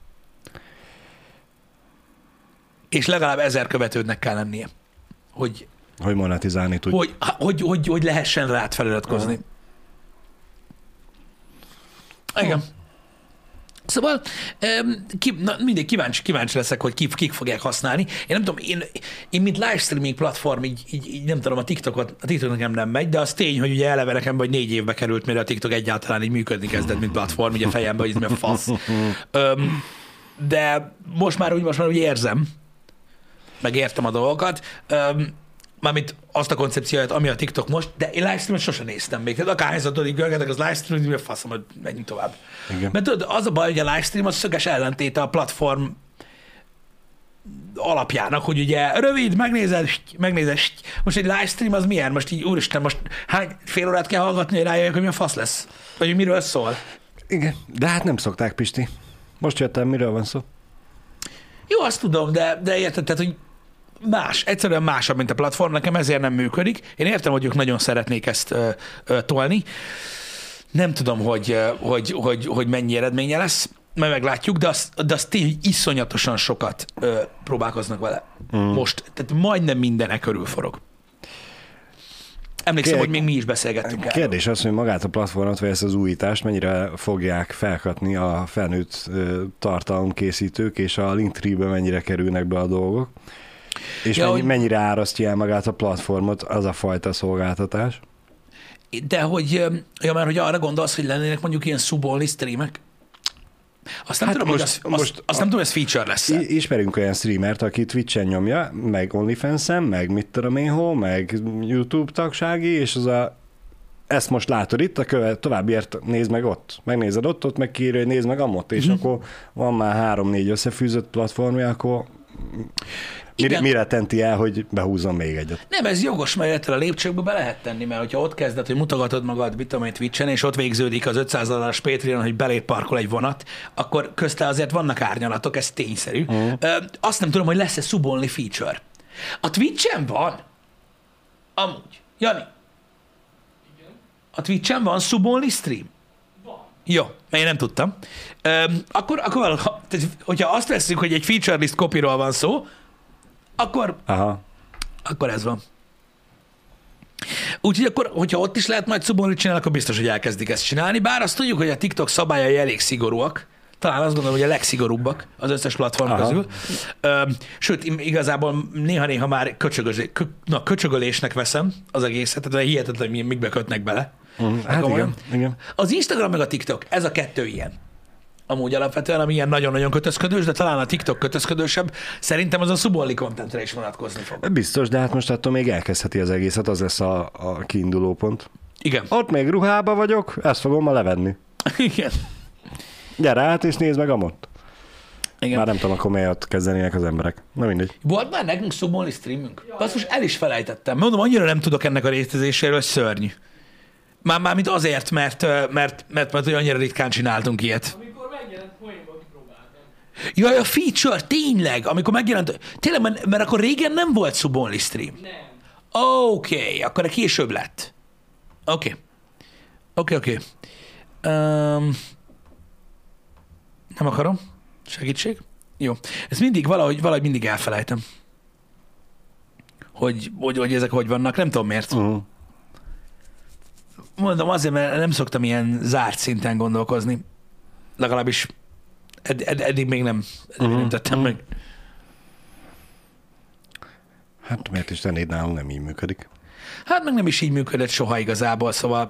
és legalább 1000 követődnek kell lennie, hogy monetizálni tudj. Hogy lehessen rád feliratkozni. Igen. Szóval mindig kíváncsi leszek, hogy kik fogják használni. Én nem tudom, én mint livestreaming platform, így nem tudom, a TikTok nekem nem megy, de az tény, hogy ugye eleve nekem vagy 4 évbe került, mire a TikTok egyáltalán így működni kezdett, mint platform, ugye a fejemben, hogy ez mi a fasz. De most már úgy érzem, meg értem a dolgokat, mármint azt a koncepcióját, ami a TikTok most, de én livestreamet sosem néztem még. Tehát akárhányszor tudod, így görgetek az livestream, hogy mi a faszom, hogy menjünk tovább. Igen. Mert tudod, az a baj, hogy a livestream az szöges ellentéte a platform alapjának, hogy ugye rövid, megnézed, most egy livestream az milyen? Most így, úristen, most hány fél órát kell hallgatni, hogy rájöjjek, hogy mi a fasz lesz? Vagy hogy miről szól? Igen, de hát nem szokták, Pisti. Most jöttem, miről van szó? Jó, azt tudom, de érted, tehát, hogy egyszerűen másabb, mint a platform, nekem ezért nem működik. Én értem, hogy ők nagyon szeretnék ezt tolni. Nem tudom, hogy mennyi eredménye lesz, majd meglátjuk, de az tény, hogy iszonyatosan sokat próbálkoznak vele most. Tehát majdnem minden körül forog. Emlékszem, hogy még mi is beszélgettünk erről. Kérdés az, hogy magát a platformot, vagy ezt az újítást mennyire fogják felkapni a felnőtt tartalomkészítők, és a Linktree-be mennyire kerülnek be a dolgok. És mennyire árasztja el magát a platformot az a fajta szolgáltatás? De hogy, ja, mert hogy arra gondolsz, hogy lennének mondjuk ilyen sub-only streamek? Azt nem tudom, most, hogy azt nem tudom, hogy ez feature lesz. Ismerünk olyan streamert, aki Twitch-en nyomja, meg OnlyFans-en, meg mit tudom én hol, meg YouTube tagsági, és ezt most látod itt, a továbbiért nézd meg ott. Megnézed ott meg kiírja, hogy nézd meg amott, és akkor van már 3-4 összefűzött platformja, akkor mire tenti el, hogy behúzzon még egyet? Nem, ez jogos, mert ettől a lépcsőkbe be lehet tenni, mert hogyha ott kezded, hogy mutogatod magad, mit tudom én, Twitch-en, és ott végződik az $500 Patreon, hogy beléd parkol egy vonat, akkor közte azért vannak árnyalatok, ez tényszerű. Azt nem tudom, hogy lesz-e sub-only feature. A Twitch-en van. Amúgy. Jani. A Twitch-en van sub-only stream? Van. Jó, mert én nem tudtam. Akkor hogyha azt veszünk, hogy egy feature list copyról van szó, akkor ez van. Úgyhogy akkor, hogyha ott is lehet majd sub-only csinálni, akkor biztos, hogy elkezdik ezt csinálni. Bár azt tudjuk, hogy a TikTok szabályai elég szigorúak. Talán azt gondolom, hogy a legszigorúbbak az összes platform közül. Sőt, igazából néha-néha már köcsögölésnek veszem az egészet, tehát hihetetlen, hogy mikbe kötnek bele. Hát igen. Az Instagram meg a TikTok, ez a kettő ilyen. Amúgy alapvetően, ami ilyen nagyon-nagyon kötözködős, de talán a TikTok kötözködősebb, szerintem az a sub-only contentre is vonatkozni fog. Biztos, de hát most attól még elkezdheti az egészet, az lesz a kiinduló pont. Igen. Ott még ruhába vagyok, ezt fogom ma levenni. Igen. Gyere át, és nézd meg amott. Igen. Már nem tudom, akkor melyet kezdenének az emberek. Na mindegy. Volt már nekünk sub-only streamünk? Azt most el is felejtettem. Mondom, annyira nem tudok ennek a részezéséről, hogy szörnyű. Mármint azért, mert hogy annyira ritkán csináltunk ilyet. Amikor megjelent poénban kipróbáltam. Jaj, a feature, tényleg, amikor megjelent, tényleg, mert akkor régen nem volt sub-only stream. Nem. Oké, akkor később lett. Oké. Nem akarom. Segítség. Jó. Ez mindig valahogy mindig elfelejtem. Hogy ezek hogy vannak. Nem tudom miért. Mondom azért, mert nem szoktam ilyen zárt szinten gondolkozni. Legalábbis eddig még nem tettem meg. Hát miért is tennéd, nálunk nem így működik. Hát meg nem is így működött soha igazából, szóval...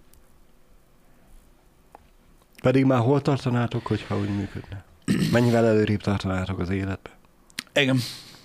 Pedig már hol tartanátok, hogyha úgy működne? Mennyivel előrébb tartanátok az életbe? Igen.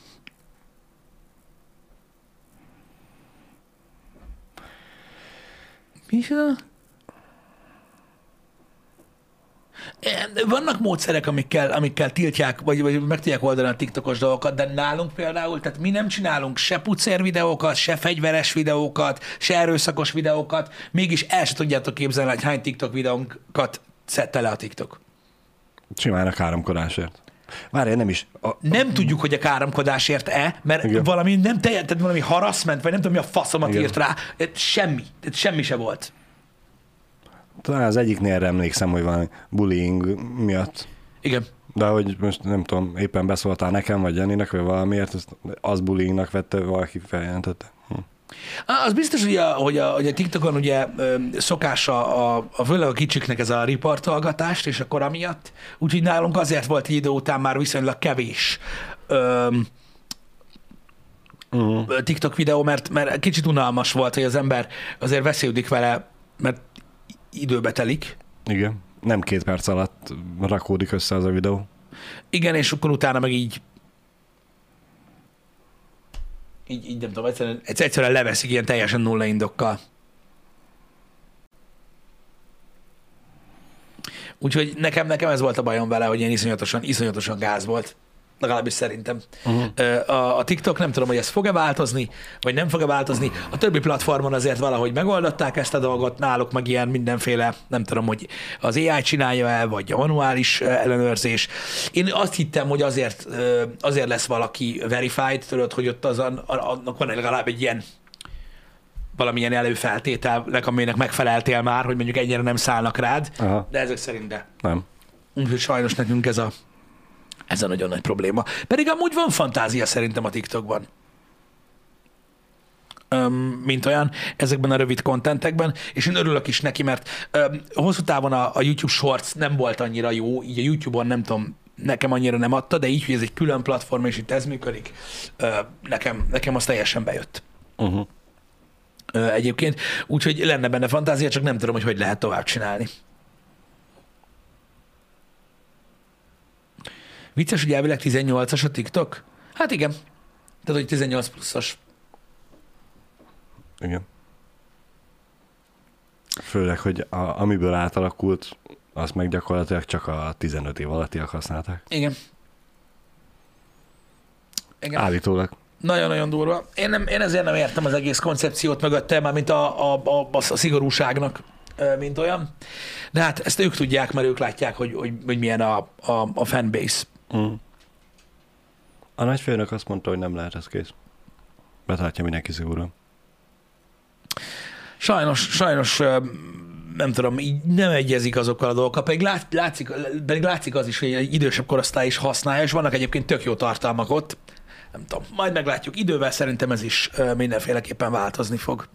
Vannak módszerek, amikkel tiltják, vagy meg tudják oldani a TikTokos dolgokat, de nálunk például, tehát mi nem csinálunk se pucér videókat, se fegyveres videókat, se erőszakos videókat, mégis el se tudjátok képzelni, hogy hány TikTok videónkat szedte le a TikTok. Simán a káromkodásért. Várjál, nem is. Nem tudjuk, hogy a káromkodásért-e, mert igen. Valami nem tehát valami harassment, vagy nem tudom, mi a faszomat igen. írt rá. Semmi se volt. Talán az egyiknél emlékszem, hogy van bullying miatt. Igen. De hogy most nem tudom, éppen beszóltál nekem, vagy Janinek, vagy valamiért, az bullyingnak vette, valaki feljelentette. Az biztos, hogy a TikTokon ugye szokása főleg a kicsiknek ez a riportolgatást, és akkor amiatt. Úgyhogy nálunk azért volt egy idő után már viszonylag kevés TikTok videó, mert kicsit unalmas volt, hogy az ember azért veszélyudik vele, mert időbe telik. Igen, nem 2 perc alatt rakódik össze az a videó. Igen, és akkor utána meg így nem tudom, egyszerűen leveszik ilyen teljesen nulla indokkal. Úgyhogy nekem ez volt a bajom vele, hogy ilyen iszonyatosan gáz volt. Legalábbis szerintem. A TikTok nem tudom, hogy ez fog-e változni, vagy nem fog-e változni. A többi platformon azért valahogy megoldották ezt a dolgot, náluk meg ilyen mindenféle, nem tudom, hogy az AI csinálja-e, vagy a manuális ellenőrzés. Én azt hittem, hogy azért lesz valaki verified, tudod, hogy ott annak van legalább egy ilyen valamilyen előfeltételnek, aminek megfeleltél már, hogy mondjuk ennyire nem szállnak rád, aha. De ezek szerint de. Nem. Úgyhogy sajnos nekünk ez a nagyon nagy probléma. Pedig amúgy van fantázia szerintem a TikTokban. Mint olyan, ezekben a rövid kontentekben, és én örülök is neki, mert hosszú távon a YouTube Shorts nem volt annyira jó, így a YouTube-on nem tudom, nekem annyira nem adta, de így, hogy ez egy külön platform, és itt ez működik, nekem az teljesen bejött. egyébként. Úgyhogy lenne benne fantázia, csak nem tudom, hogy lehet tovább csinálni. Vicces, hogy elvileg 18-as a TikTok? Hát igen. Tehát, hogy 18 pluszos. Igen. Főleg, hogy amiből átalakult, azt meg gyakorlatilag csak a 15 év alattiak használták. Igen. Igen. Állítólag. Nagyon-nagyon durva. Én ezért nem értem az egész koncepciót mögötte, már mint a szigorúságnak, mint olyan. De hát ezt ők tudják, mert ők látják, hogy milyen a fanbase. Mm. A nagyfőnök azt mondta, hogy nem lehet, ez kész. Betartja mindenki szigorúan. Sajnos nem tudom, így nem egyezik azokkal a dolgokkal, pedig látszik az is, hogy egy idősebb korosztály is használja, és vannak egyébként tök jó tartalmak ott. Nem tudom, majd meglátjuk. Idővel szerintem ez is mindenféleképpen változni fog.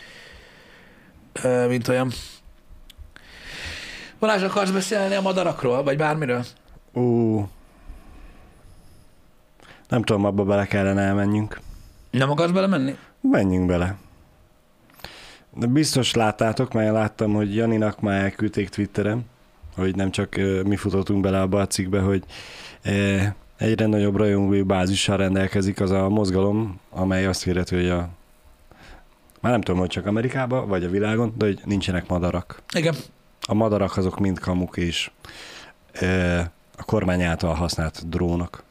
Mint olyan. Balázs, akarsz beszélni a madarakról, vagy bármiről? Nem tudom, abba bele kellene elmenjünk. Nem akarsz belemenni? Menjünk bele. De biztos láttátok, mert láttam, hogy Janinak már elküldték Twitteren, hogy nem csak mi futottunk bele abba a cikkbe, hogy egyre nagyobb rajongói bázissal rendelkezik az a mozgalom, amely azt hirdeti, hogy már nem tudom, hogy csak Amerikában, vagy a világon, de hogy nincsenek madarak. Igen. A madarak azok mind kamuk és a kormány által használt drónok.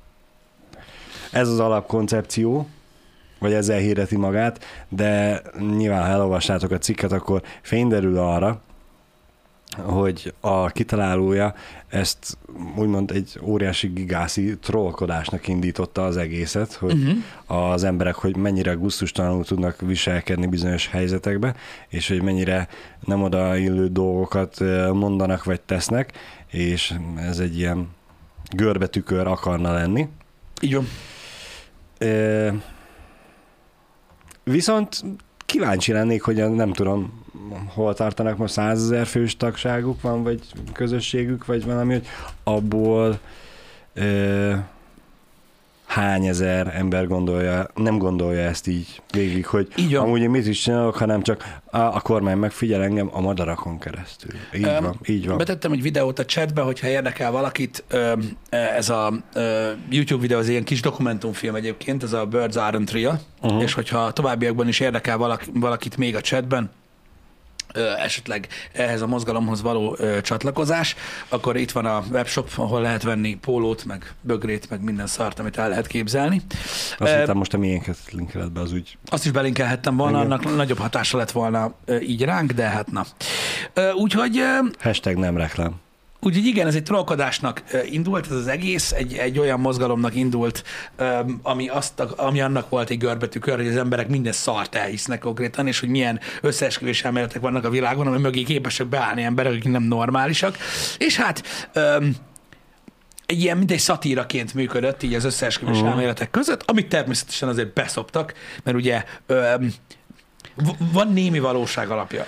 Ez az alapkoncepció, vagy ezzel hirdeti magát, de nyilván, ha elolvastátok a cikket, akkor fényderül arra, hogy a kitalálója ezt úgymond egy óriási gigászi trollkodásnak indította az egészet, hogy az emberek, hogy mennyire gusztustalanul tudnak viselkedni bizonyos helyzetekbe, és hogy mennyire nem odaillő dolgokat mondanak vagy tesznek, és ez egy ilyen görbetükör akarna lenni. Így van. Viszont kíváncsi lennék, hogy nem tudom, hol tartanak most 100 000 fős tagságuk van, vagy közösségük, vagy valami, hogy abból hány ezer ember nem gondolja ezt így végig, hogy amúgy én mit is csinálok, hanem csak a kormány megfigyel engem a madarakon keresztül. Így van. Betettem egy videót a chatbe, hogyha érdekel valakit, ez a YouTube videó, az ilyen kis dokumentumfilm egyébként, ez a Birds Aren't Real, és hogyha továbbiakban is érdekel valakit még a chatben, esetleg ehhez a mozgalomhoz való csatlakozás, akkor itt van a webshop, ahol lehet venni pólót, meg bögrét, meg minden szart, amit el lehet képzelni. Azt hittem most a miénket linkeled be, az úgy. Azt is belinkelhettem volna, annak nagyobb hatása lett volna így ránk, de hát na. Úgyhogy... Hashtag nem reklám. Úgyhogy igen, ez egy trollkodásnak indult, ez az egész, egy olyan mozgalomnak indult, ami annak volt egy görbetükör, hogy az emberek minden szart elhisznek konkrétan, és hogy milyen összeesküvés elméletek vannak a világon, ami mögé képesek beállni emberek, akik nem normálisak. És hát egy ilyen, mint egy szatíraként működött így az összeesküvés elméletek között, amit természetesen azért beszoptak, mert ugye van némi valóság alapja.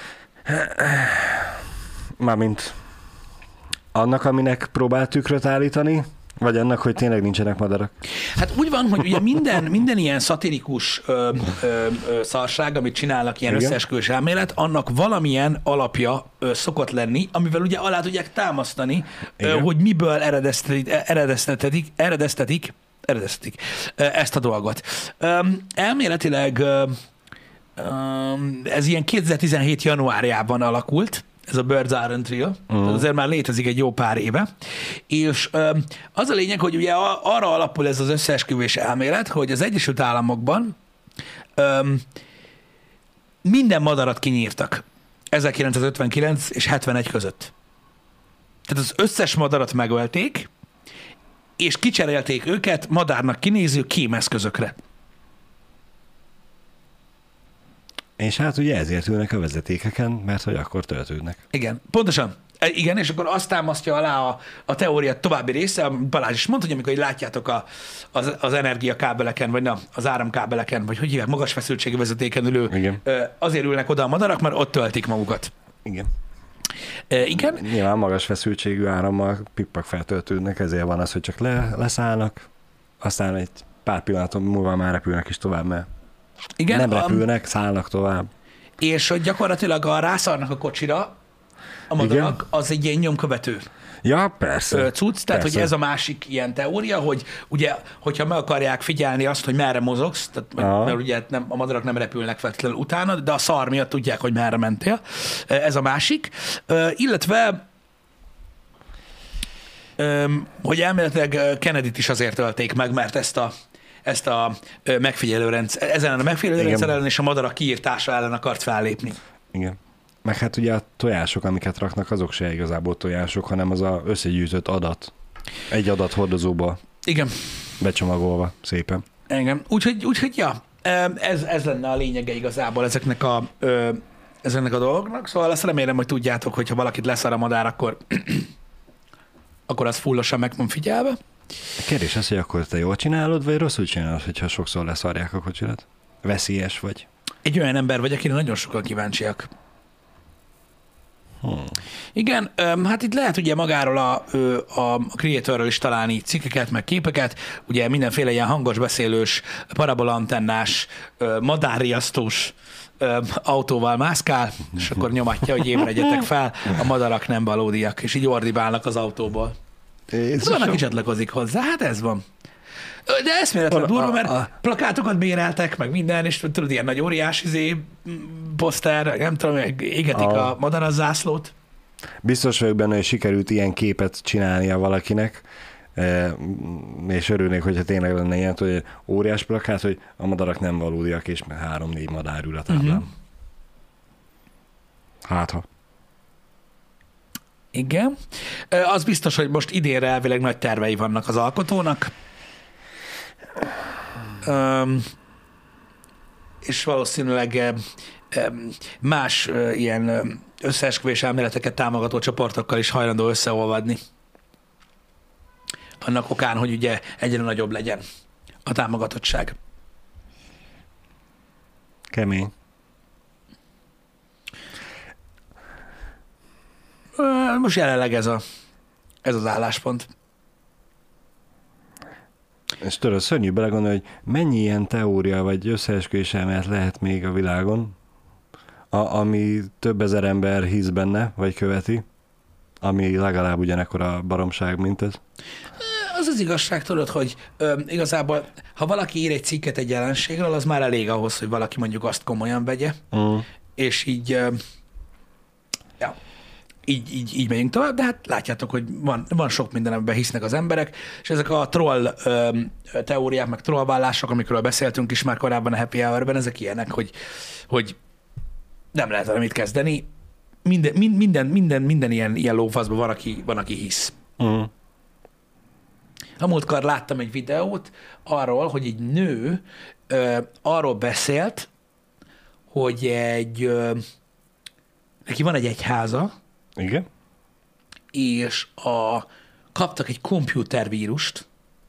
Mármint annak, aminek próbál tükröt állítani, vagy annak, hogy tényleg nincsenek madarak? Hát úgy van, hogy ugye minden ilyen szatirikus szarság, amit csinálnak, ilyen összeesküvés elmélet, annak valamilyen alapja szokott lenni, amivel ugye alá tudják támasztani, hogy miből eredeztetik ezt a dolgot. Elméletileg ez ilyen 2017 januárjában alakult, ez a Birds Aren't Real, azért már létezik egy jó pár éve, és az a lényeg, hogy ugye arra alapul ez az összeesküvés elmélet, hogy az Egyesült Államokban minden madarat kinyírtak 1959 és 71 között. Tehát az összes madarat megölték, és kicserélték őket madárnak kinéző kémeszközökre. És hát ugye ezért ülnek a vezetékeken, mert hogy akkor töltődnek. Igen, pontosan. Igen, és akkor azt támasztja alá a teória további része, Balázs is mondta, hogy amikor látjátok az energiakábeleken, vagy az áramkábeleken, vagy hogy hívják, magas feszültségű vezetéken ülő, azért ülnek oda a madarak, mert ott töltik magukat. Igen. Igen. Nyilván magas feszültségű árammal pikpak feltöltődnek, ezért van az, hogy csak leszállnak, aztán egy pár pillanaton múlva már repülnek is tovább, mert Igen, Nem repülnek, szállnak tovább. és hogy gyakorlatilag rászarnak a kocsira, a madarak, az egy ilyen nyomkövető Ja, persze. cucc, tehát Persze. hogy ez a másik ilyen teória, hogy ugye, hogyha meg akarják figyelni azt, hogy merre mozogsz, tehát, mert ugye nem, a madarak nem repülnek feltétlenül utána, de a szar miatt tudják, hogy merre mentél. Ez a másik. Illetve hogy elméletileg Kennedyt is azért ölték meg, mert ezt a megfigyelőrendszer, ezen a megfigyelőrendszer ellen és a madarak kiírtása ellen akart fellépni. Igen. Meg hát ugye a tojások, amiket raknak, azok se igazából tojások, hanem az a összegyűjtött adat. Egy adat hordozóba Igen. becsomagolva szépen. Igen. Úgyhogy ja, ez lenne a lényege igazából ezeknek a dolgoknak. Szóval azt remélem, hogy tudjátok, hogy ha valakit leszar a madár, akkor az fullosan meg van figyelve. A kérdés az, hogy akkor te jól csinálod, vagy rosszul csinálod, hogyha sokszor leszarják a kocsirat? Veszélyes vagy? Egy olyan ember vagy, akire nagyon sokan kíváncsiak. Igen, hát itt lehet ugye magáról a creatorről is találni cikkeket, meg képeket, ugye mindenféle ilyen hangos beszélős, parabolantennás, madárriasztós autóval mászkál, és akkor nyomatja, hogy ébredjetek fel, a madarak nem valódiak, és így ordibálnak az autóból. Van, aki csatlakozik hozzá, hát ez van. De eszméletlen durva, mert plakátokat béreltek, meg minden, és tudod, ilyen nagy óriás poszter, nem tudom, égetik a madarazászlót. Biztos vagyok benne, hogy sikerült ilyen képet csinálnia valakinek, és örülnék, hogyha tényleg lenne ilyen, hogy óriás plakát, hogy a madarak nem valódiak, és 3-4 madár ül a táblán. Hát ha. Igen. Az biztos, hogy most idénre elvileg nagy tervei vannak az alkotónak. És valószínűleg más ilyen összeesküvés elméleteket támogató csoportokkal is hajlandó összeolvadni. Annak okán, hogy ugye egyre nagyobb legyen a támogatottság. Kemény. Most jelenleg ez az álláspont. És tudod, szörnyű belegondolni, hogy mennyi ilyen teória vagy összeesküvés elmélet lehet még a világon, ami több ezer ember hisz benne, vagy követi, ami legalább ugyanekkora baromság, mint ez. Az igazság, tudod, hogy igazából, ha valaki ír egy cikket egy jelenségről, az már elég ahhoz, hogy valaki mondjuk azt komolyan vegye, és így megyünk tovább, de hát látjátok, hogy van sok minden, amiben hisznek az emberek, és ezek a troll teóriák, meg trollvállások, amikről beszéltünk is már korábban a Happy Hour-ben, ezek ilyenek, hogy nem lehet vele mit kezdeni. Minden ilyen lófaszban van, aki hisz. A múltkor láttam egy videót arról, hogy egy nő arról beszélt, hogy neki van egy egyháza, Igen? és kaptak egy komputervírust,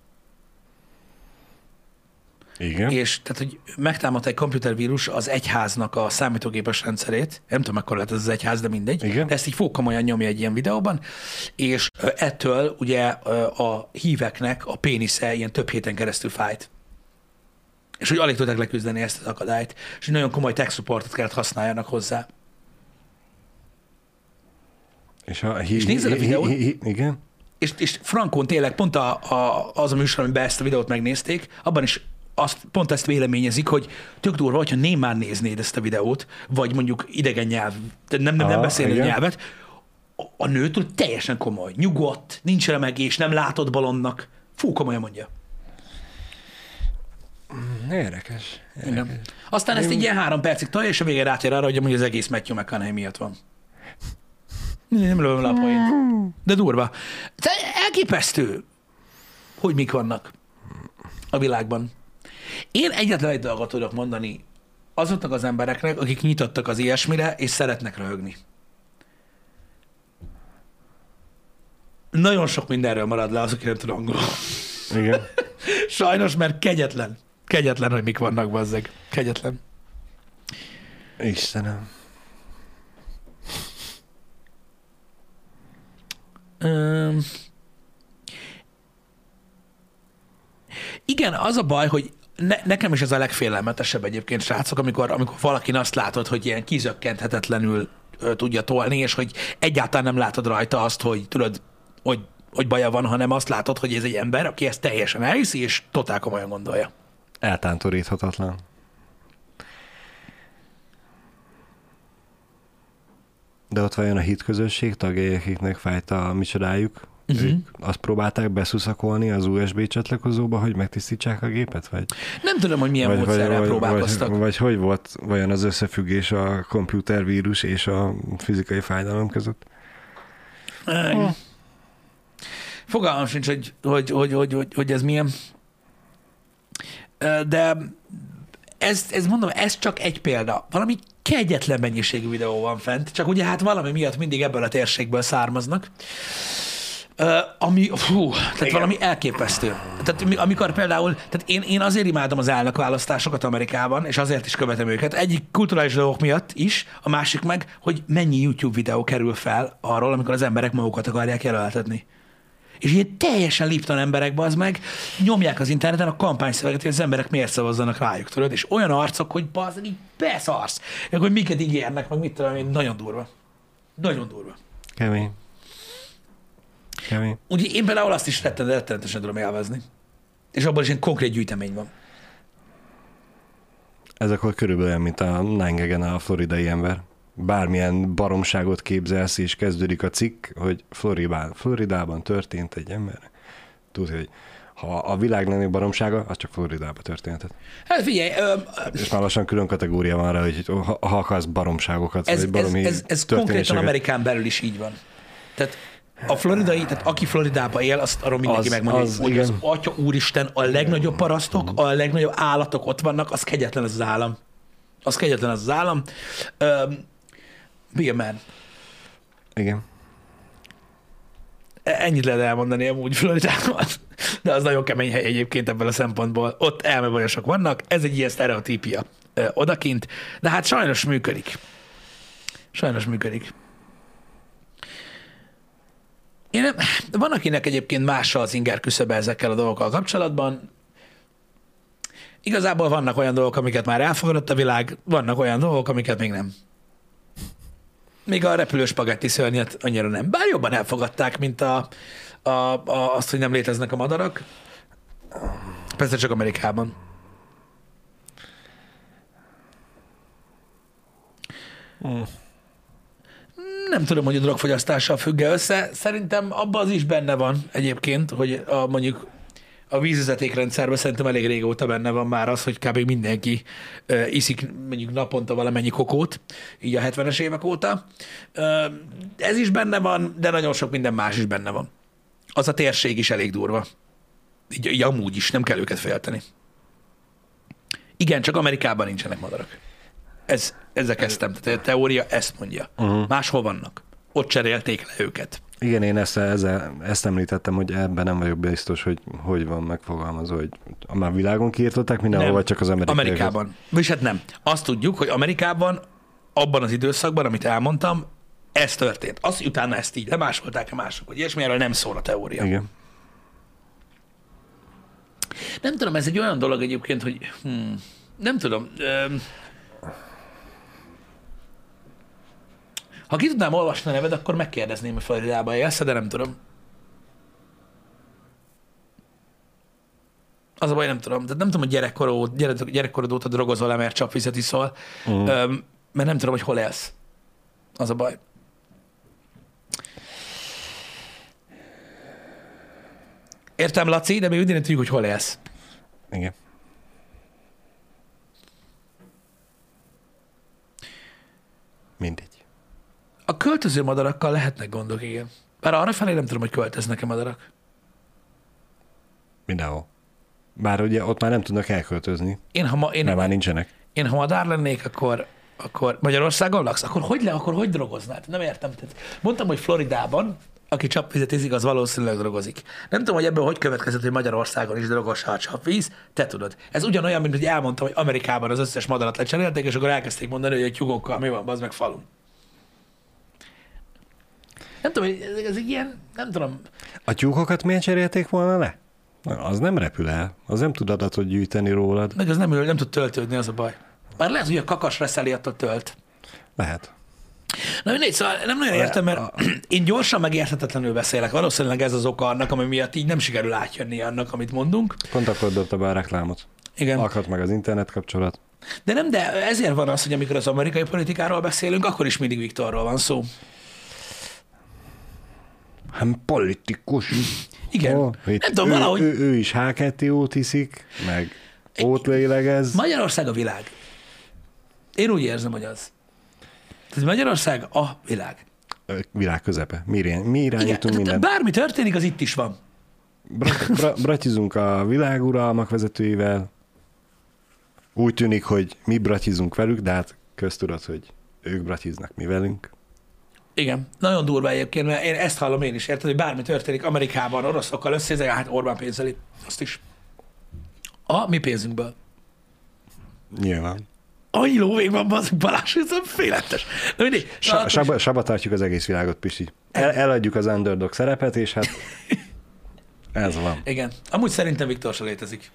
Igen. és tehát, hogy megtámadta egy komputervírus az egyháznak a számítógépes rendszerét, nem tudom, mekkora lett ez az egyház, de mindegy, Igen. de ezt így komolyan nyomja egy ilyen videóban, és ettől ugye a híveknek a pénisze ilyen több héten keresztül fájt. És hogy alig tudták leküzdeni ezt az akadályt, és hogy nagyon komoly tech supportot kellett használjanak hozzá. És nézed a videót? Igen. És frankon tényleg pont az a műsor, amiben ezt a videót megnézték, abban is pont ezt véleményezik, hogy tök durva, hogyha némán néznéd ezt a videót, vagy mondjuk idegen nyelv, nem beszélő nyelvet, a nőtől teljesen komoly, nyugodt, nincs remegés, nem látod balonnak. Fú, komolyan mondja. Érdekes. Igen. Aztán ezt így ilyen 3 percig tolja, és a végén rátér arra, hogy amúgy az egész Matthew McConaughey miatt van. Nem lövöm le a poént. De durva. Elképesztő, hogy mik vannak a világban. Én egyetlen egy dolgot tudok mondani azoknak az embereknek, akik nyitottak az ilyesmire, és szeretnek röhögni. Nagyon sok mindenről marad le az, aki nem tud angolul. Igen. Sajnos, mert kegyetlen. Kegyetlen, hogy mik vannak, bazzeg. Kegyetlen. Istenem. Igen, az a baj, hogy nekem is ez a legfélelmetesebb egyébként, srácok, amikor valakin azt látod, hogy ilyen kizökkenthetetlenül tudja tolni, és hogy egyáltalán nem látod rajta azt, hogy tudod, hogy baja van, hanem azt látod, hogy ez egy ember, aki ezt teljesen elhiszi, és totál komolyan gondolja. Eltántoríthatatlan. De ott vajon a hit közösség tagjai, akiknek fájt a micsodájuk, ők azt próbálták beszuszakolni az USB csatlakozóba, hogy megtisztítsák a gépet? Vagy? Nem tudom, hogy milyen módszerrel próbálkoztak. Vagy hogy volt vajon az összefüggés a komputervírus és a fizikai fájdalom között? Fogalmam sincs, hogy ez milyen. De ez mondom, ez csak egy példa. Valami kegyetlen mennyiségű videó van fent, csak ugye hát valami miatt mindig ebből a térségből származnak. Tehát valami elképesztő. Tehát amikor például, tehát én azért imádom az elnökválasztásokat Amerikában, és azért is követem őket. Egyik kulturális dolgok miatt is, a másik meg, hogy mennyi YouTube videó kerül fel arról, amikor az emberek magukat akarják jelöltetni. És ilyen teljesen lipton emberek, az meg nyomják az interneten a kampányszöveget, hogy az emberek miért szavazzanak rájuk, tudod? És olyan arcok, hogy bazd, így beszarsz. Hogy miket ígérnek, meg mit tudom én, nagyon durva. Nagyon durva. Kemény. Ugye én például azt is rettenetesen tudom élvezni. És abban is egy konkrét gyűjtemény van. Ez akkor körülbelül olyan, mint a Nine-Gag-en a floridai ember. Bármilyen baromságot képzelsz, és kezdődik a cikk, hogy Floridában történt egy ember. Tudod, hogy ha a világ lennék baromsága, az csak Floridában történhetett. Hát figyelj... És már lassan külön kategória van rá, hogy ha akarsz baromságokat, vagy baromi ez konkrétan Amerikán belül is így van. Tehát a floridai, tehát aki Floridába él, azt arról mindenki megmondja, hogy az Atya Úristen, a legnagyobb parasztok, a legnagyobb állatok ott vannak, az kegyetlen ez az állam. Az kegyetlen ez az állam. Be a man. Igen. Ennyit lehet elmondani amúgy Floridában, de az nagyon kemény hely egyébként ebből a szempontból. Ott elmebajosok vannak, ez egy ilyen sztereotípia odakint, de hát sajnos működik. Sajnos működik. Van, akinek egyébként más az inger küszöbe ezekkel a dolgokkal kapcsolatban. Igazából vannak olyan dolgok, amiket már elfogadott a világ, vannak olyan dolgok, amiket még nem. Még a repülő spagetti szörnyet annyira nem. Bár jobban elfogadták, mint azt, hogy nem léteznek a madarak. Persze csak Amerikában. Nem tudom, hogy a drogfogyasztással függ össze. Szerintem abban az is benne van egyébként, hogy mondjuk a vízvezetékrendszerben szerintem elég régóta benne van már az, hogy kb. Mindenki iszik mondjuk naponta valamennyi kokót, így a 70-es évek óta. Ez is benne van, de nagyon sok minden más is benne van. Az a térség is elég durva. Így amúgy is, nem kell őket félteni. Igen, csak Amerikában nincsenek madarak. Ezzel kezdtem. Tehát a teória ezt mondja. Máshol vannak. Ott cserélték le őket. Igen, én ezt említettem, hogy ebben nem vagyok biztos, hogy van megfogalmazva, hogy már világon kiirtották mindenhol, vagy csak az Amerikában. És hát nem. Azt tudjuk, hogy Amerikában abban az időszakban, amit elmondtam, ez történt. Azt utána ezt így lemásolták-e mások, hogy ilyesmi, erről nem szól a teória. Igen. Nem tudom, ez egy olyan dolog egyébként, hogy nem tudom. Ha ki tudnám olvasni a neved, akkor megkérdezném, hogy Floridába élsz, de nem tudom. Az a baj, nem tudom. Tehát nem tudom, hogy gyerekkorod óta drogozol-e, mert csapvizet iszol, mert nem tudom, hogy hol élsz. Az a baj. Értem, Laci, de mi úgy tudjuk, hogy hol élsz. Igen. Mindegy. A költöző madarakkal lehetnek gondok, igen. Bár arrafelé nem tudom, hogy költöznek-e madarak. Mindenhol. Bár ugye ott már nem tudnak elköltözni. Mert már nincsenek. Én ha madár lennék, akkor Magyarországon laksz? Akkor hogy drogoznád? Nem értem. Tehát mondtam, hogy Floridában, aki csapvizet iszik, az valószínűleg drogozik. Nem tudom, hogy ebből hogy következett, hogy Magyarországon is drogos a csapvíz. Te tudod. Ez ugyanolyan, mint hogy elmondtam, hogy Amerikában az összes madarat lecserélték, és akkor elkezdték mondani, hogy a tyúkokkal mi van, az meg falun. Nem tudom, ez egy ilyen, nem tudom. A tyúkokat miért cserélték volna le? Az nem repül el, az nem tud adatot gyűjteni rólad. Meg az nem tud töltődni, az a baj. Bár lehet, hogy a kakas reszeli attól tölt. Lehet. Na mindegy, szóval nem nagyon értem, mert én gyorsan meg érthetetlenül beszélek. Valószínűleg ez az oka annak, ami miatt így nem sikerül átjönni annak, amit mondunk. Pont akkor dobta be a reklámot. Igen. Akadt meg az internet kapcsolat. De ezért van az, hogy amikor az amerikai politikáról beszélünk, akkor is mindig Viktorról van szó. Hát politikus. Igen. Nem tudom, valahogy... Ő is H2O-t iszik, meg ót lélegez. Magyarország a világ. Én úgy érzem, hogy az. Tehát Magyarország a világ. Világ közepe. Mi irányítunk mindent. Bármi történik, az itt is van. Bratizunk a világuralmak vezetőivel. Úgy tűnik, hogy mi bratizunk velük, de hát köztudott, hogy ők bratiznak mi velünk. Igen, nagyon durva egyébként, mert én ezt hallom én is, érted, hogy bármi történik Amerikában, oroszokkal összezeg, hát Orbán pénzeli. Azt is. A mi pénzünkből. Nyilván. Annyi lóvég van, bazd, Balázs, ez félelmetes. Sabba tartjuk az egész világot, Pisi. Eladjuk az underdog szerepet, és hát ez van. Igen. Amúgy szerintem Viktor se létezik.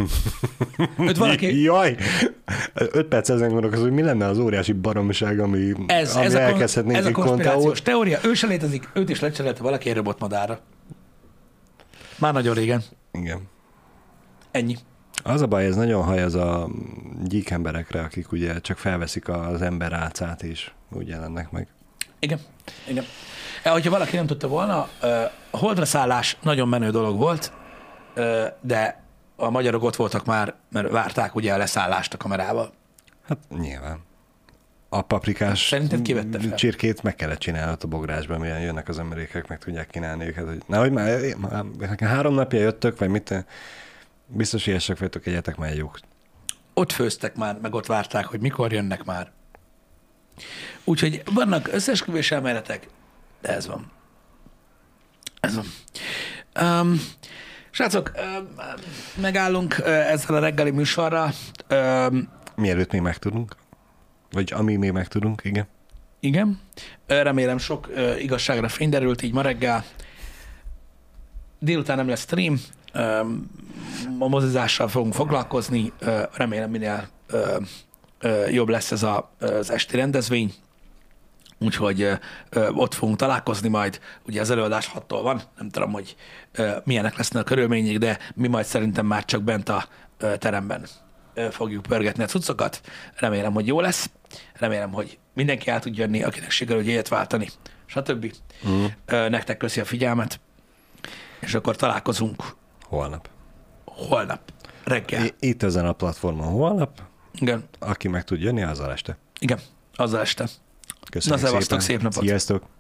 Őt valaki... Jaj! 5 perc ezen gondolkozom, hogy mi lenne az óriási baromság, ami elkezdhetnénk egy konspirációs teória. Ő se létezik, őt is lecserélte valaki egy robotmadárra. Már nagyon régen. Igen. Ennyi. Az a baj, ez nagyon haj az a gyík emberekre, akik ugye csak felveszik az ember álcát, és úgy jelennek meg. Igen. Igen. Hogyha valaki nem tudta volna, a holdra szállás nagyon menő dolog volt, de a magyarok ott voltak már, mert várták ugye a leszállást a kamerával. Hát nyilván. A paprikás szerinted kivette fel? Csirkét meg kellett csinálni a bográsban, milyen jönnek az amerikák, meg tudják kínálni őket. Hogy, nehogy már 3 napja jöttök, vagy mit, biztos ilyesek vagytok, egyetek már jók. Ott főztek már, meg ott várták, hogy mikor jönnek már. Úgyhogy vannak összeesküvés elméletek, de ez van. Ez van. Srácok, megállunk ezzel a reggeli műsorral. Mielőtt még megtudunk. Vagy ami még megtudunk, igen. Igen. Remélem sok igazságra fény derült így ma reggel. Délután nem lesz stream. A mozizással fogunk foglalkozni. Remélem minél jobb lesz ez az esti rendezvény. Úgyhogy ott fogunk találkozni majd. Ugye az előadás 6-tól van, nem tudom, hogy milyenek lesznek a körülmények, de mi majd szerintem már csak bent a teremben fogjuk pörgetni a cuccokat. Remélem, hogy jó lesz. Remélem, hogy mindenki el tud jönni, akinek sikerül jegyet váltani, stb. Nektek köszi a figyelmet, és akkor találkozunk holnap reggel. Itt ezen a platformon holnap. Igen. Aki meg tud jönni, azzal este. Igen, azzal este. Köszönjük szevasztok, szép napot. Sziasztok.